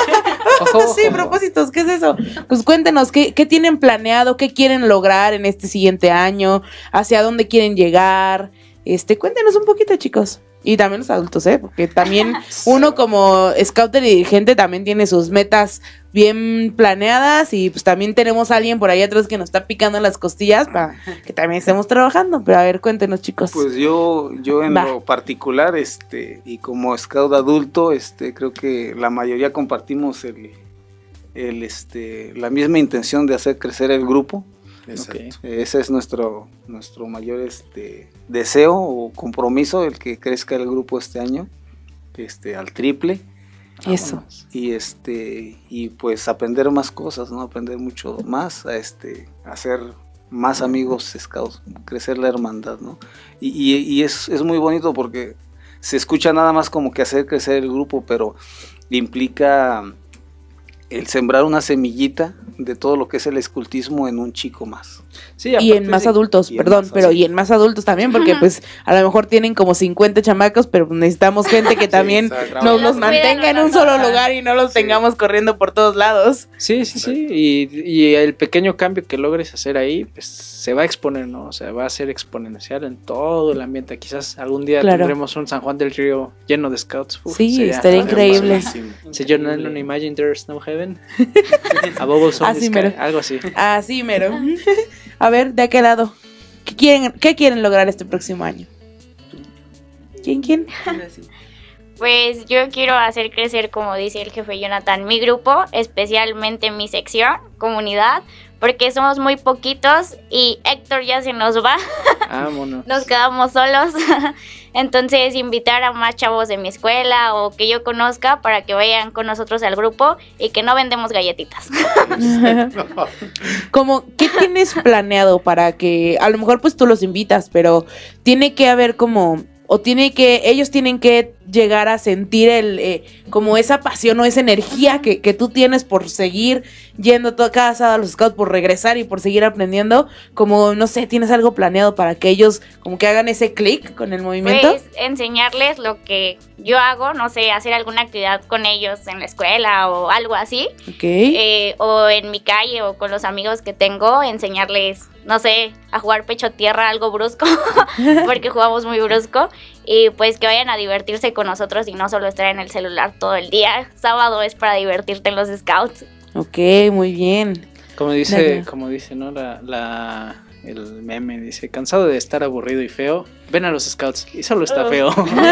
sí, propósitos, ¿qué es eso? Pues cuéntenos, ¿qué, qué tienen planeado? ¿Qué quieren lograr en este siguiente año? ¿Hacia dónde quieren llegar? Este, cuéntenos un poquito, chicos. Y también los adultos, ¿eh? Porque también uno como scouter y dirigente también tiene sus metas bien planeadas y pues también tenemos a alguien por ahí atrás que nos está picando las costillas para que también estemos trabajando. Pero a ver, cuéntenos, chicos. Pues yo, yo en Va. lo particular, este, y como scout adulto, este, creo que la mayoría compartimos el, el, este, la misma intención de hacer crecer el grupo. Exacto. Okay. Ese es nuestro nuestro mayor este deseo o compromiso, el que crezca el grupo este año, este al triple. Eso. Y este y pues aprender más cosas, ¿no? Aprender mucho más, a este hacer más amigos scouts, crecer la hermandad, ¿no? Y, y, y es, es muy bonito porque se escucha nada más como que hacer crecer el grupo, pero implica el sembrar una semillita de todo lo que es el escultismo en un chico más. Sí, y en más de, adultos, perdón, más pero adultos. Y en más adultos también, porque pues a lo mejor tienen como cincuenta chamacos, pero necesitamos gente que también sí, nos los mantenga en un solo lugar y no los sí. tengamos corriendo por todos lados. Sí, sí, sí, y, y el pequeño cambio que logres hacer ahí, pues se va a exponer, ¿no? O sea, va a ser exponencial en todo el ambiente. Quizás algún día claro. tendremos un San Juan del Río lleno de scouts. Uf, sí, estaría increíble. Si yo no imagine there's no heaven. Above all así mero. Algo así. Así mero. A ver, ¿de qué lado? ¿Qué quieren, qué quieren lograr este próximo año? ¿Quién, quién? Pues yo quiero hacer crecer, como dice el jefe Jonathan, mi grupo, especialmente mi sección, comunidad, porque somos muy poquitos y Héctor ya se nos va. Vámonos. Nos quedamos solos. Entonces, invitar a más chavos de mi escuela o que yo conozca para que vayan con nosotros al grupo y que no vendemos galletitas. Como, ¿qué tienes planeado para que, a lo mejor pues tú los invitas, pero tiene que haber como, o tiene que, ellos tienen que llegar a sentir el eh, como esa pasión o esa energía que, que tú tienes por seguir yendo todo, cada sábado a los scouts, por regresar y por seguir aprendiendo, como no sé, tienes algo planeado para que ellos como que hagan ese clic con el movimiento? Pues enseñarles lo que yo hago, no sé, hacer alguna actividad con ellos en la escuela o algo así, okay. eh, o en mi calle o con los amigos que tengo, enseñarles, no sé, a jugar pecho tierra, algo brusco, porque jugamos muy brusco, y pues que vayan a divertirse con nosotros y no solo estar en el celular todo el día. Sábado es para divertirte en los scouts. Ok, muy bien. Como dice, como dice, ¿no? La, la, el meme dice, cansado de estar aburrido y feo, ven a los scouts y solo está feo.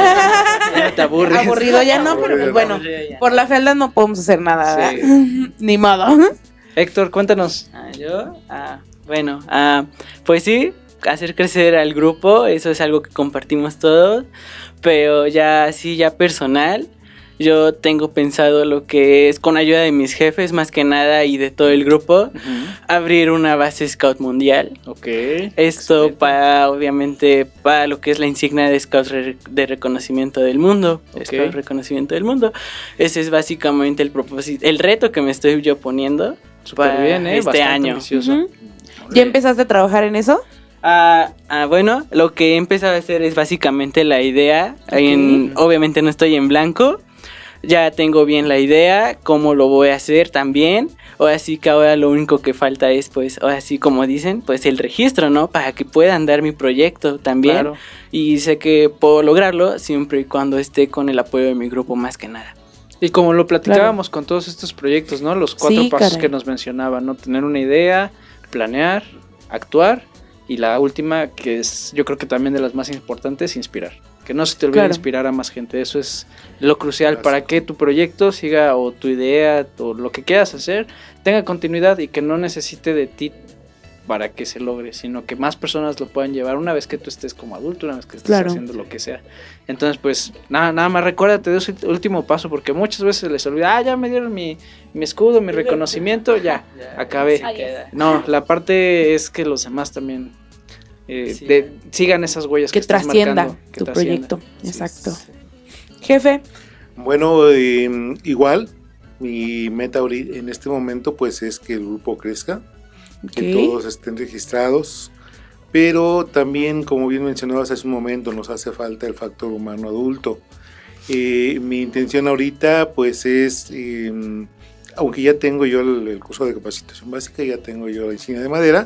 Ya te aburres. Aburrido ya no, pero pues bueno, por la fealdad no podemos hacer nada, sí. Ni modo. Héctor, cuéntanos. Ah, ¿yo? Ah, bueno, ah, pues sí, hacer crecer al grupo, eso es algo que compartimos todos, pero ya sí, ya personal, yo tengo pensado lo que es, con ayuda de mis jefes más que nada y de todo el grupo, uh-huh. abrir una base Scout mundial. Ok. Esto excelente. Para, obviamente, para lo que es la insignia de Scout re- de reconocimiento del mundo. Okay. Scout reconocimiento del mundo. Ese es básicamente el propósito, el reto que me estoy yo poniendo. Súper bien, ¿eh? Este Bastante año. Uh-huh. ¿Ya empezaste a trabajar en eso? Ah, ah, bueno, lo que he empezado a hacer es básicamente la idea. Okay. En, obviamente no estoy en blanco. Ya tengo bien la idea, cómo lo voy a hacer también. O así que ahora lo único que falta es, pues, o así como dicen, pues el registro, ¿no? Para que puedan dar mi proyecto también. Claro. Y sé que puedo lograrlo siempre y cuando esté con el apoyo de mi grupo más que nada. Y como lo platicábamos claro. con todos estos proyectos, ¿no? Los cuatro sí, pasos caray. que nos mencionaba, ¿no? Tener una idea, planear, actuar. Y la última, que es yo creo que también de las más importantes, inspirar. Que no se te olvide claro. inspirar a más gente. Eso es lo crucial Gracias. para que tu proyecto siga, o tu idea, o lo que quieras hacer, tenga continuidad y que no necesite de ti para que se logre, sino que más personas lo puedan llevar una vez que tú estés como adulto, una vez que estés claro. haciendo lo que sea. Entonces, pues, nada, nada más recuérdate de ese último paso, porque muchas veces les olvida, ah, ya me dieron mi, mi escudo, mi reconocimiento, ya, ya acabé. Sí no, la parte es que los demás también eh, sí. de, sigan esas huellas que, que estás trascienda marcando. Que tu trascienda. proyecto, sí, exacto. Sí. Jefe. Bueno, eh, igual, mi meta en este momento, pues, es que el grupo crezca. Okay. Que todos estén registrados, pero también, como bien mencionabas hace un momento, nos hace falta el factor humano adulto. Eh, mi intención ahorita pues es, eh, aunque ya tengo yo el, el curso de capacitación básica, ya tengo yo la insignia de madera,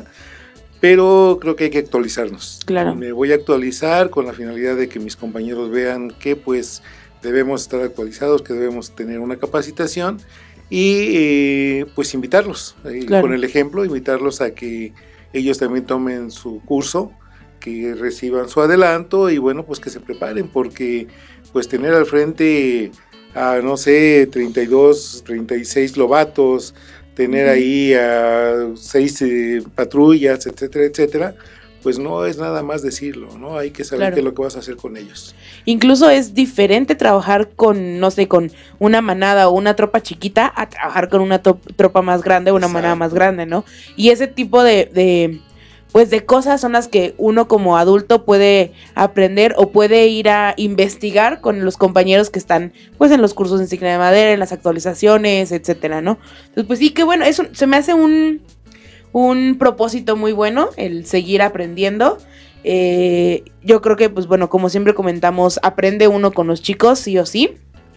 pero creo que hay que actualizarnos. Claro. Me voy a actualizar con la finalidad de que mis compañeros vean que pues debemos estar actualizados, que debemos tener una capacitación. Y eh, pues invitarlos, eh, claro. con el ejemplo, invitarlos a que ellos también tomen su curso, que reciban su adelanto y bueno, pues que se preparen, porque pues tener al frente a no sé, treinta y dos, treinta y seis lobatos, tener uh-huh. ahí a seis eh, patrullas, etcétera, etcétera, pues no es nada más decirlo, ¿no? Hay que saber claro. qué es lo que vas a hacer con ellos. Incluso es diferente trabajar con, no sé, con una manada o una tropa chiquita a trabajar con una to- tropa más grande o una Exacto. manada más grande, ¿no? Y ese tipo de, de, pues de cosas son las que uno como adulto puede aprender o puede ir a investigar con los compañeros que están, pues, en los cursos de insignia de madera, en las actualizaciones, etcétera, ¿no? Entonces, pues sí, que bueno, eso se me hace un... un propósito muy bueno, el seguir aprendiendo. Eh, yo creo que, pues bueno, como siempre comentamos, aprende uno con los chicos, sí o sí.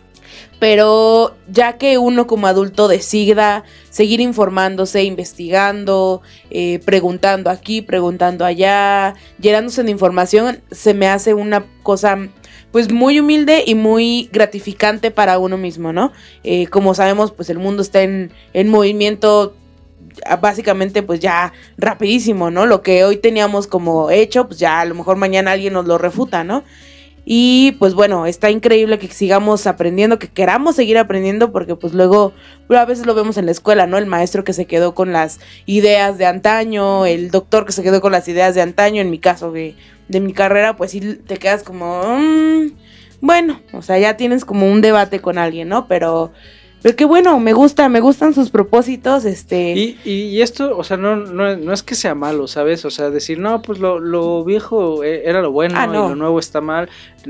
Pero ya que uno como adulto decida seguir informándose, investigando, eh, preguntando aquí, preguntando allá, llenándose de información, se me hace una cosa pues muy humilde y muy gratificante para uno mismo, ¿no? Eh, como sabemos, pues el mundo está en, en movimiento básicamente pues ya rapidísimo, ¿no? Lo que hoy teníamos como hecho, pues ya a lo mejor mañana alguien nos lo refuta, ¿no? Y pues bueno, está increíble que sigamos aprendiendo, que queramos seguir aprendiendo, porque pues luego a veces lo vemos en la escuela, ¿no? El maestro que se quedó con las ideas de antaño, el doctor que se quedó con las ideas de antaño, en mi caso de, de mi carrera, pues sí te quedas como, mmm, bueno, o sea, ya tienes como un debate con alguien, ¿no? Pero Pero qué bueno, me gusta, me gustan sus propósitos, este... Y, y, y esto, o sea, no, no, no es que sea malo, ¿sabes? O sea, decir, no, pues lo, lo viejo era lo bueno ah, no. y lo nuevo está mal.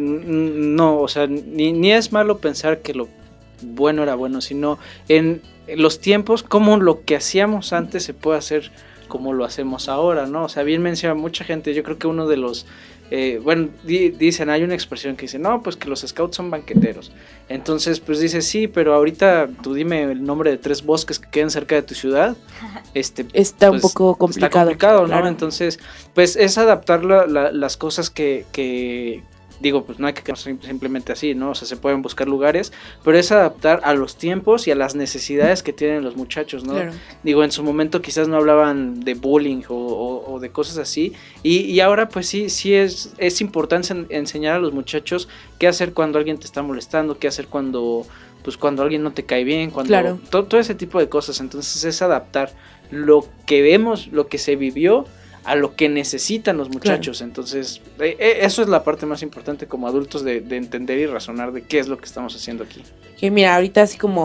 No, o sea, ni, ni es malo pensar que lo bueno era bueno, sino en los tiempos, como lo que hacíamos antes se puede hacer como lo hacemos ahora, ¿no? O sea, bien menciona mucha gente, yo creo que uno de los... Eh, bueno, di, dicen, hay una expresión que dice, no, pues que los scouts son banqueteros. Entonces, pues dice, sí, pero ahorita tú dime el nombre de tres bosques que queden cerca de tu ciudad. Este, está pues, un poco complicado. Está complicado, ¿no? Claro. Entonces, pues es adaptar la, la, las cosas que... que digo, pues no hay que quedarnos simplemente así, ¿no? O sea, se pueden buscar lugares, pero es adaptar a los tiempos y a las necesidades que tienen los muchachos, ¿no? Claro. Digo, en su momento quizás no hablaban de bullying o, o, o de cosas así, y, y ahora pues sí, sí es, es importante en, enseñar a los muchachos qué hacer cuando alguien te está molestando, qué hacer cuando, pues cuando alguien no te cae bien, cuando claro. todo, todo ese tipo de cosas. Entonces es adaptar lo que vemos, lo que se vivió, a lo que necesitan los muchachos, claro. Entonces eh, eso es la parte más importante como adultos de, de entender y razonar de qué es lo que estamos haciendo aquí. Que mira, ahorita así como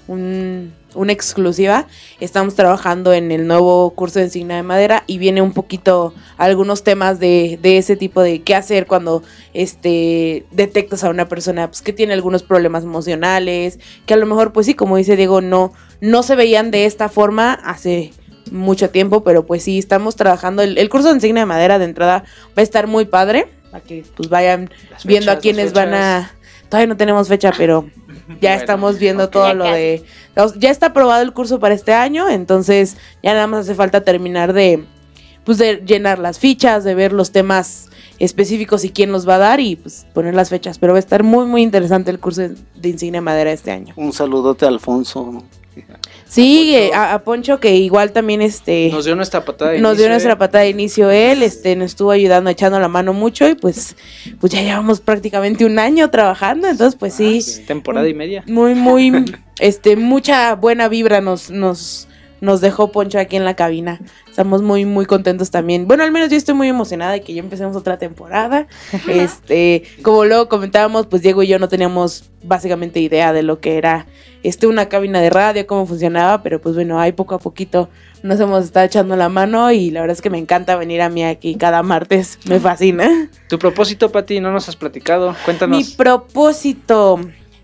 un, una exclusiva, estamos trabajando en el nuevo curso de Insignia de Madera y viene un poquito algunos temas de, de ese tipo de qué hacer cuando este detectas a una persona pues que tiene algunos problemas emocionales, que a lo mejor pues sí, como dice Diego, no, no se veían de esta forma hace mucho tiempo, pero pues sí, estamos trabajando, el, el curso de Insignia de Madera de entrada va a estar muy padre, para que pues vayan fechas, viendo a quienes van a, todavía no tenemos fecha, pero ya bueno, estamos viendo okay. todo ya lo casi. de, ya está aprobado el curso para este año, entonces ya nada más hace falta terminar de, pues de llenar las fichas, de ver los temas específicos y quién los va a dar y pues poner las fechas, pero va a estar muy muy interesante el curso de, de Insignia de Madera este año. Un saludote a Alfonso, ¿no? Sí, a Poncho. A, a Poncho que igual también este nos dio nuestra patada de nos inicio, dio nuestra patada de inicio él, este nos estuvo ayudando, echando la mano mucho y pues pues ya llevamos prácticamente un año trabajando, entonces pues sí, ah, temporada y media. Muy muy este mucha buena vibra nos nos nos dejó Poncho aquí en la cabina. Estamos muy muy contentos también. Bueno, al menos yo estoy muy emocionada de que ya empecemos otra temporada. Este, como luego comentábamos, pues Diego y yo no teníamos básicamente idea de lo que era este una cabina de radio, cómo funcionaba, pero pues bueno, ahí poco a poquito nos hemos estado echando la mano y la verdad es que me encanta venir a mí aquí cada martes, me fascina. ¿Tu propósito, Pati? ¿No nos has platicado? Cuéntanos. Mi propósito...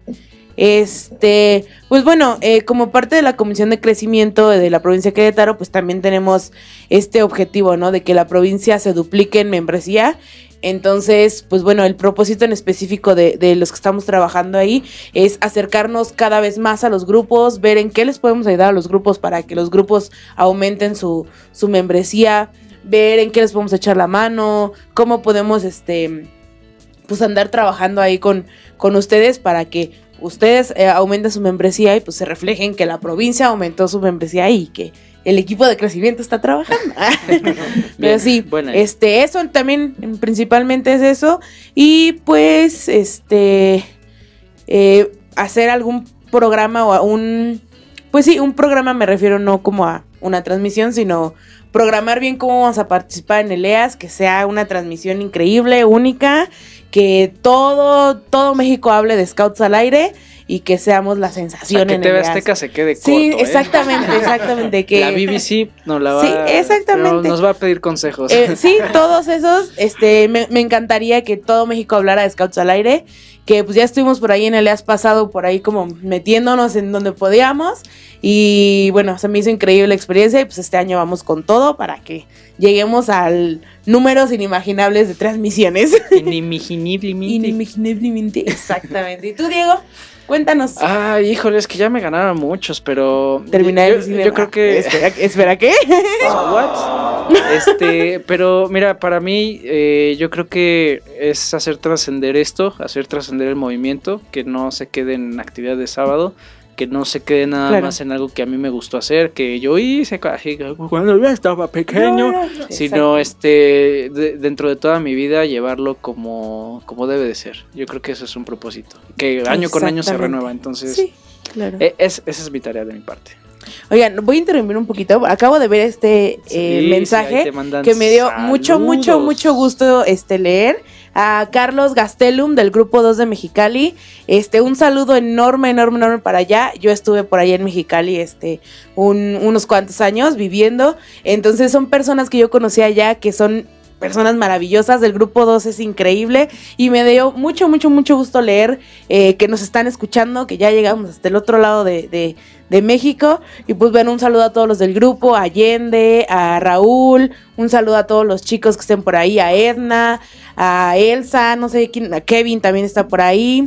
Este, pues bueno, eh, como parte de la Comisión de Crecimiento de la provincia de Querétaro, pues también tenemos este objetivo, ¿no? De que la provincia se duplique en membresía. Entonces, pues bueno, el propósito en específico de, de los que estamos trabajando ahí es acercarnos cada vez más a los grupos, ver en qué les podemos ayudar a los grupos para que los grupos aumenten su, su membresía, ver en qué les podemos echar la mano, cómo podemos, este, pues andar trabajando ahí con, con ustedes para que ustedes eh, aumenten su membresía y pues se reflejen que la provincia aumentó su membresía y que el equipo de crecimiento está trabajando. Pero sí, buena. este, eso también principalmente es eso. Y pues, este, eh, hacer algún programa o a un, pues sí, un programa me refiero no como a una transmisión, sino programar bien cómo vamos a participar en el E A S, que sea una transmisión increíble, única, que todo, todo México hable de Scouts al aire y que seamos la sensación o sea, que en T V el E A S. Azteca se quede corto. Sí, exactamente, ¿eh? exactamente. Que la B B C nos la va, sí, exactamente. nos va a pedir consejos. Eh, sí, todos esos, este, me, me encantaría que todo México hablara de Scouts al aire, que pues ya estuvimos por ahí en el E A S pasado, por ahí como metiéndonos en donde podíamos, y bueno, se me hizo increíble la experiencia, y pues este año vamos con todo para que lleguemos al números inimaginables de transmisiones. Inimaginablemente. Inimaginablemente, exactamente. ¿Y tú, Diego? Cuéntanos. Ay, híjole, es que ya me ganaron muchos, pero... Terminé yo, yo, yo creo que... Espera, ¿espera qué? What? Este, pero mira, para mí, eh, yo creo que es hacer trascender esto, hacer trascender el movimiento, que no se quede en actividad de sábado, que no se quede nada claro. más en algo que a mí me gustó hacer, que yo hice cuando yo estaba pequeño, no, no, no. sino este de, dentro de toda mi vida llevarlo como, como debe de ser. Yo creo que eso es un propósito, que año con año se renueva, entonces sí, claro. es, esa es mi tarea de mi parte. Oigan, voy a interrumpir un poquito. Acabo de ver este eh, Sí, mensaje sí, ahí te que me dio saludos. mucho, mucho, mucho gusto este leer. A Carlos Gastelum del Grupo dos de Mexicali. Este, un saludo enorme, enorme, enorme para allá. Yo estuve por allá en Mexicali este, un, unos cuantos años viviendo. Entonces son personas que yo conocí allá que son personas maravillosas. Del Grupo dos es increíble y me dio mucho, mucho, mucho gusto leer eh, que nos están escuchando, que ya llegamos hasta el otro lado de, de, de México. Y pues bueno, un saludo a todos los del grupo, a Allende, a Raúl, un saludo a todos los chicos que estén por ahí, a Edna, a Elsa, no sé quién, a Kevin también está por ahí.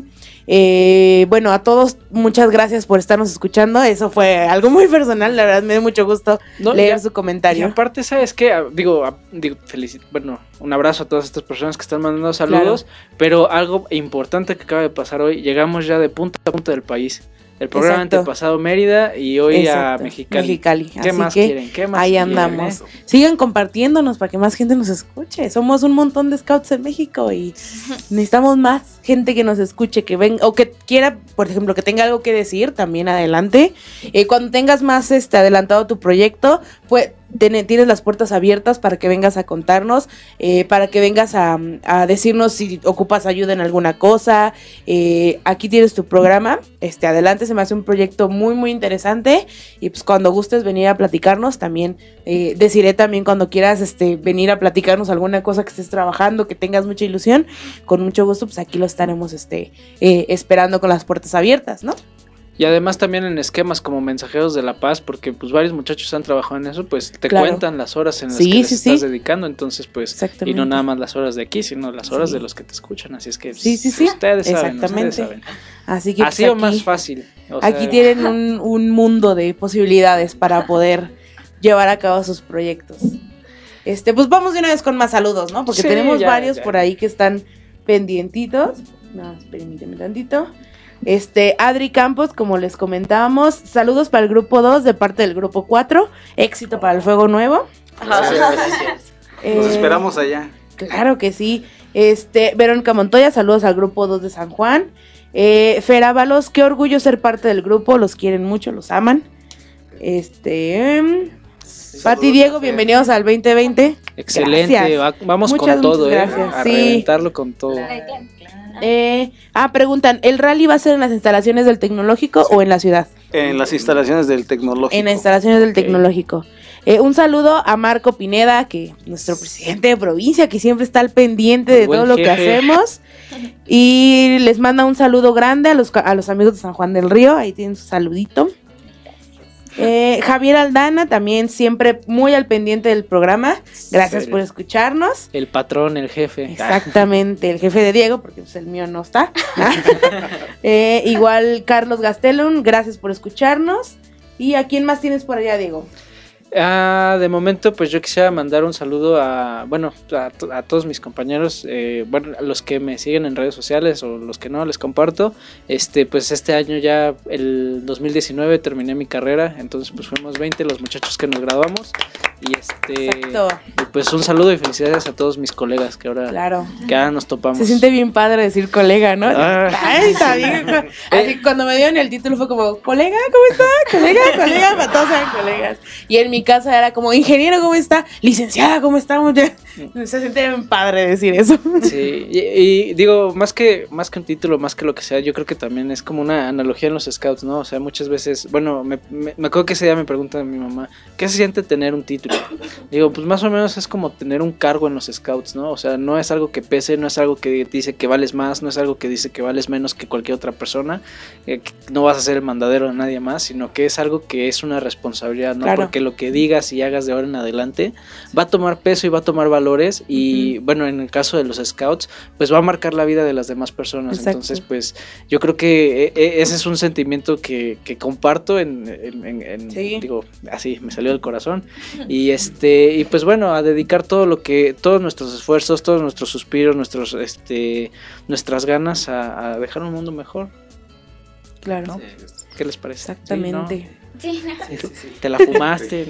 Eh, bueno, a todos, muchas gracias por estarnos escuchando. Eso fue algo muy personal, la verdad me dio mucho gusto no, leer ya, su comentario. Y aparte, ¿sabes qué? Digo, a, digo felici- bueno, un abrazo a todas estas personas que están mandando saludos, claro. Pero algo importante que acaba de pasar hoy, llegamos ya de punta a punta del país. El programa Exacto. antepasado Mérida y hoy Exacto. a Mexicali. Mexicali. ¿Qué Así más que quieren? ¿Qué más ahí quieren, andamos. Eh? Sigan compartiéndonos para que más gente nos escuche. Somos un montón de scouts en México y necesitamos más gente que nos escuche, que venga o que quiera, por ejemplo, que tenga algo que decir, también adelante. Eh, cuando tengas más este adelantado tu proyecto, pues ten, tienes las puertas abiertas para que vengas a contarnos, eh, para que vengas a, a decirnos si ocupas ayuda en alguna cosa. Eh, aquí tienes tu programa, este adelante, se me hace un proyecto muy muy interesante y pues cuando gustes venir a platicarnos también, eh, deciré también cuando quieras este venir a platicarnos alguna cosa que estés trabajando, que tengas mucha ilusión, con mucho gusto pues aquí lo estaremos este eh, esperando con las puertas abiertas, ¿no? Y además también en esquemas como Mensajeros de la Paz, porque pues varios muchachos han trabajado en eso, pues te claro. cuentan las horas en las sí, que les sí, estás sí. dedicando, entonces pues, y no nada más las horas de aquí, sino las horas sí. de los que te escuchan, así es que sí, sí, sí. ustedes saben, exactamente. ustedes saben. Así que así pues, o aquí, más fácil. O aquí sea, tienen un, un mundo de posibilidades para poder llevar a cabo sus proyectos. Este, pues vamos de una vez con más saludos, ¿no? Porque sí, tenemos ya, varios ya. por ahí que están pendientitos. No, permíteme tantito. Este, Adri Campos, como les comentábamos, saludos para el grupo dos de parte del grupo cuatro, éxito para el Fuego Nuevo. Gracias, gracias. Eh, Nos esperamos allá. Claro que sí. Este, Verónica Montoya, saludos al grupo dos de San Juan. Eh, Fer Ábalos, qué orgullo ser parte del grupo, los quieren mucho, los aman. Este, um, Pati Diego, bienvenidos al veinte veinte. Excelente, va, vamos muchas, con todo, eh, a sí. reventarlo con todo. Eh, ah, preguntan, ¿el rally va a ser en las instalaciones del Tecnológico sí. o en la ciudad? En las instalaciones del Tecnológico. En las instalaciones del okay. Tecnológico. Eh, un saludo a Marco Pineda, que nuestro presidente de provincia, que siempre está al pendiente de todo lo jefe. que hacemos. Y les manda un saludo grande a los, a los amigos de San Juan del Río, ahí tienen su saludito. Eh, Javier Aldana, también siempre muy al pendiente del programa. Gracias por escucharnos. El patrón, el jefe. Exactamente, el jefe de Diego, porque pues el mío no está. eh, igual Carlos Gastelum, gracias por escucharnos. ¿Y a quién más tienes por allá, Diego? Ah, de momento pues yo quisiera mandar un saludo a, bueno, a, to- a todos mis compañeros, eh, bueno, a los que me siguen en redes sociales o los que no les comparto. Este, pues este año ya, el dos mil diecinueve terminé mi carrera, entonces pues fuimos veinte los muchachos que nos graduamos. Y este, Exacto. y pues un saludo y felicidades a todos mis colegas que ahora, claro. que ahora nos topamos. Se siente bien padre decir colega, ¿no? Ah. Ay, está bien. Así, cuando me dieron el título fue como, colega, ¿cómo está? Colega, colega, para todos eran colegas. Y en mi casa era como, ingeniero, ¿cómo está? Licenciada, ¿cómo estamos? Se siente bien padre decir eso. Sí, y, y digo, más que, más que un título, más que lo que sea, yo creo que también es como una analogía en los scouts, ¿no? O sea, muchas veces, bueno, me, me, me acuerdo que ese día me pregunta mi mamá, ¿qué se siente tener un título? Digo, pues más o menos es como tener un cargo en los scouts, ¿no? O sea, no es algo que pese, no es algo que dice que vales más, no es algo que dice que vales menos que cualquier otra persona, eh, que no vas a ser el mandadero de nadie más, sino que es algo que es una responsabilidad, ¿no? Claro. Porque lo que digas y hagas de ahora en adelante va a tomar peso y va a tomar valores y, uh-huh. bueno, en el caso de los scouts, pues va a marcar la vida de las demás personas. Exacto. Entonces, pues yo creo que ese es un sentimiento que, que comparto en, en, en, en sí. digo, así, me salió del corazón. Y este, y pues bueno, a dedicar todo lo que, todos nuestros esfuerzos, todos nuestros suspiros, nuestros, este, nuestras ganas a, a dejar un mundo mejor. Claro. ¿No? ¿Qué les parece? Exactamente. Sí, ¿no? Sí, sí, sí. Te la fumaste.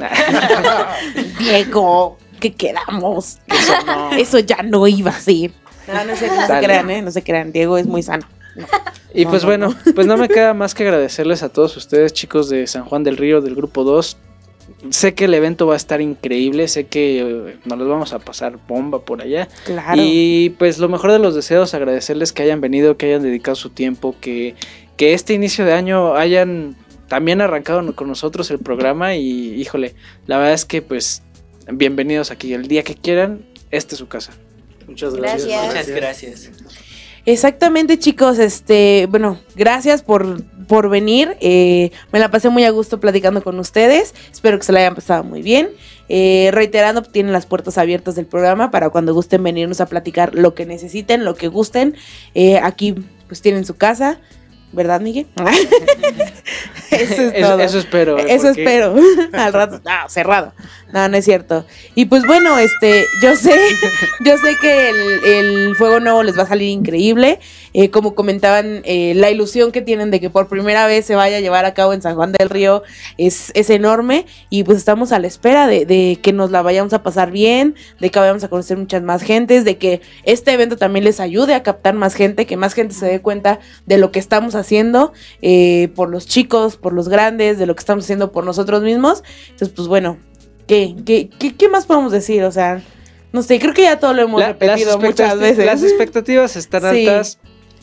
Diego, ¿qué quedamos? Eso no. Eso ya no iba a ser. No, no se, no se crean, ¿eh? No se crean. Diego es muy sano. Y No, pues no, bueno, pues no me queda más que agradecerles a todos ustedes, chicos de San Juan del Río, del grupo dos. Sé que el evento va a estar increíble, sé que eh, nos los vamos a pasar bomba por allá. Claro. Y pues lo mejor de los deseos, agradecerles que hayan venido, que hayan dedicado su tiempo, que, que este inicio de año hayan también arrancado con nosotros el programa. Y híjole, la verdad es que pues bienvenidos aquí, el día que quieran, esta es su casa. Muchas gracias. Gracias. Muchas gracias. Exactamente, chicos, este, bueno, gracias por, por venir, eh, me la pasé muy a gusto platicando con ustedes, espero que se la hayan pasado muy bien, eh, reiterando, tienen las puertas abiertas del programa para cuando gusten venirnos a platicar lo que necesiten, lo que gusten, eh, aquí pues tienen su casa, ¿verdad, Miguel? Eso es todo. Eso espero. Eso porque... espero. Al rato, no, cerrado. No, no es cierto. Y pues bueno, este, yo sé, yo sé que el, el Fuego Nuevo les va a salir increíble. Eh, como comentaban, eh, la ilusión que tienen de que por primera vez se vaya a llevar a cabo en San Juan del Río es, es enorme. Y pues estamos a la espera de, de que nos la vayamos a pasar bien, de que vayamos a conocer muchas más gentes, de que este evento también les ayude a captar más gente, que más gente se dé cuenta de lo que estamos haciendo eh, por los chicos, por los grandes, de lo que estamos haciendo por nosotros mismos. Entonces, pues bueno, ¿qué, qué, qué, qué más podemos decir? O sea, no sé, creo que ya todo lo hemos La, repetido muchas veces. Las expectativas están Sí. altas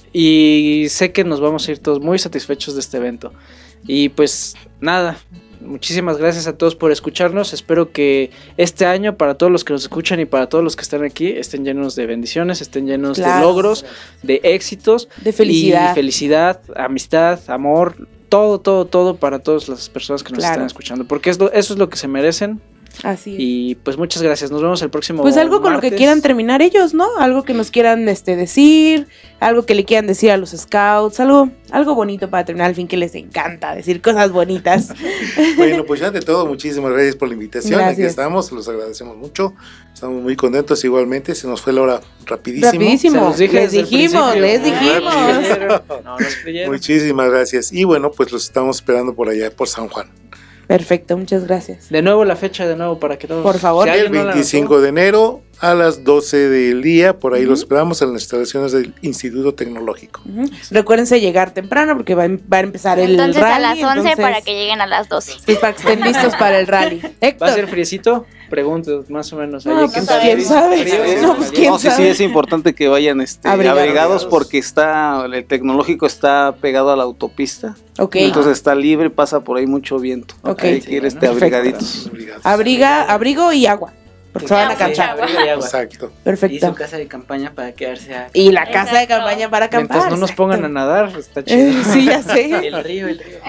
y sé que nos vamos a ir todos muy satisfechos de este evento. Y pues nada, muchísimas gracias a todos por escucharnos. Espero que este año, para todos los que nos escuchan y para todos los que están aquí, estén llenos de bendiciones, estén llenos Claro. de logros, de éxitos, De felicidad. y felicidad, amistad, amor, todo, todo, todo para todas las personas que nos Claro. están escuchando, porque es lo- eso es lo que se merecen. Así es. Y pues muchas gracias, nos vemos el próximo Pues algo con lo que martes. quieran terminar ellos, ¿no? Algo que nos quieran este decir, algo que le quieran decir a los scouts, algo, algo bonito para terminar, al fin, que les encanta decir cosas bonitas. Bueno, pues ya de todo, muchísimas gracias por la invitación. Aquí Gracias. estamos, los agradecemos mucho. Estamos muy contentos igualmente. Se nos fue la hora rapidísimo. Rapidísimo. Se los dije les desde el dijimos, principio. les dijimos. No nos creyeron. Muchísimas gracias. Y bueno, pues los estamos esperando por allá, por San Juan. Perfecto, muchas gracias. De nuevo la fecha, de nuevo, para que todos... Por favor. Si El alguien no la veinticinco de enero a las doce del día, por ahí los esperamos en las instalaciones del Instituto Tecnológico. Ujú. Recuérdense llegar temprano porque va, a em- va a empezar el Entonces rally. a las once entonces, para que lleguen a las doce. pues, para que estén listos para el rally. Héctor. ¿Va a ser friecito? Pregunto, más o menos. No, Ahí, pues, sabe? ¿quién sabe? ¿Frío? No, pues, ¿quién No, sí, sí, sabe? es importante que vayan este, Abrigados. abrigados porque está el tecnológico está pegado a la autopista. Ok. Entonces está libre, pasa por ahí mucho viento. Ok. Hay que ir este, Perfecto. abrigaditos. Abriga, abrigo y agua. Porque se van a Sí, cansar. agua. Abrigo y agua. Exacto. Y su Perfecto. casa de campaña para quedarse a... Y la casa de Exacto. campaña para acampar. Mientras no nos pongan a nadar, está chido. Eh, sí, ya sé. El río, el río.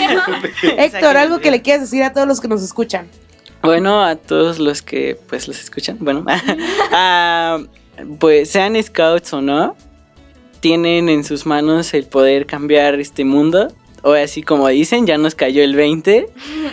Héctor, algo que le quieras decir a todos los que nos escuchan. Bueno, a todos los que pues los escuchan, bueno, ah, pues sean scouts o no, tienen en sus manos el poder cambiar este mundo. O así como dicen, ya nos cayó el veinte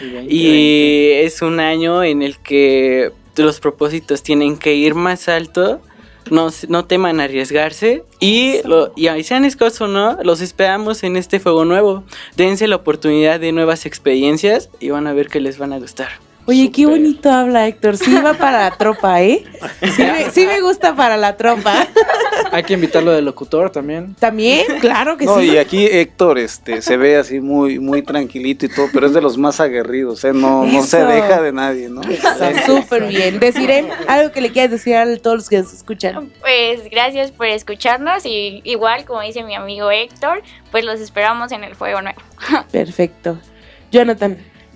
y es un año en el que los propósitos tienen que ir más alto. No, se- no teman arriesgarse y, lo, y ahí sean scouts o no, los esperamos en este Fuego Nuevo. Dense la oportunidad de nuevas experiencias y van a ver que les van a gustar. Oye, qué bonito habla Héctor. Sí va para la tropa, ¿eh? Sí me, sí me gusta para la tropa. Hay que invitarlo de locutor también. También, claro que No, sí. y aquí Héctor este, se ve así muy, muy tranquilito y todo, pero es de los más aguerridos, ¿eh? no, no se Eso. deja de nadie, ¿no? Está súper bien. Deciré algo que le quieras decir a todos los que nos escuchan. Pues gracias por escucharnos y igual como dice mi amigo Héctor, pues los esperamos en el Fuego Nuevo. Perfecto. Jonathan.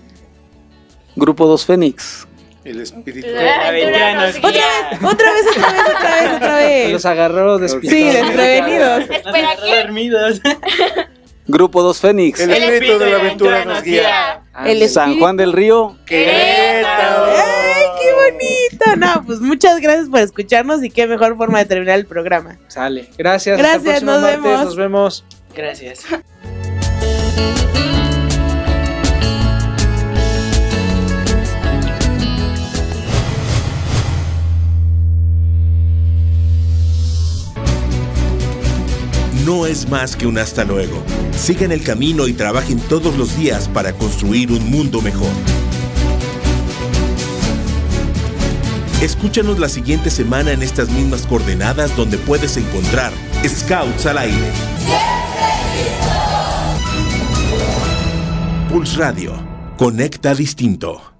Grupo dos Fénix. El espíritu. La aventura nos Otra guía. vez, otra vez, otra vez, otra vez, otra vez. Los agarró despistados. Sí, desprevenidos. Espera, ¿qué? Dormidos. Grupo dos Fénix. El espíritu de la aventura nos guía. El San espíritu. Juan del Río. Querétaro. ¡Ay, qué bonito! No, pues muchas gracias por escucharnos y qué mejor forma de terminar el programa. Sale. Gracias. Hasta el Gracias, próximo nos martes. vemos. Nos vemos. Gracias. No es más que un hasta luego. Sigan el camino y trabajen todos los días para construir un mundo mejor. Escúchanos la siguiente semana en estas mismas coordenadas donde puedes encontrar Scouts al Aire. Pulse Radio. Conecta distinto.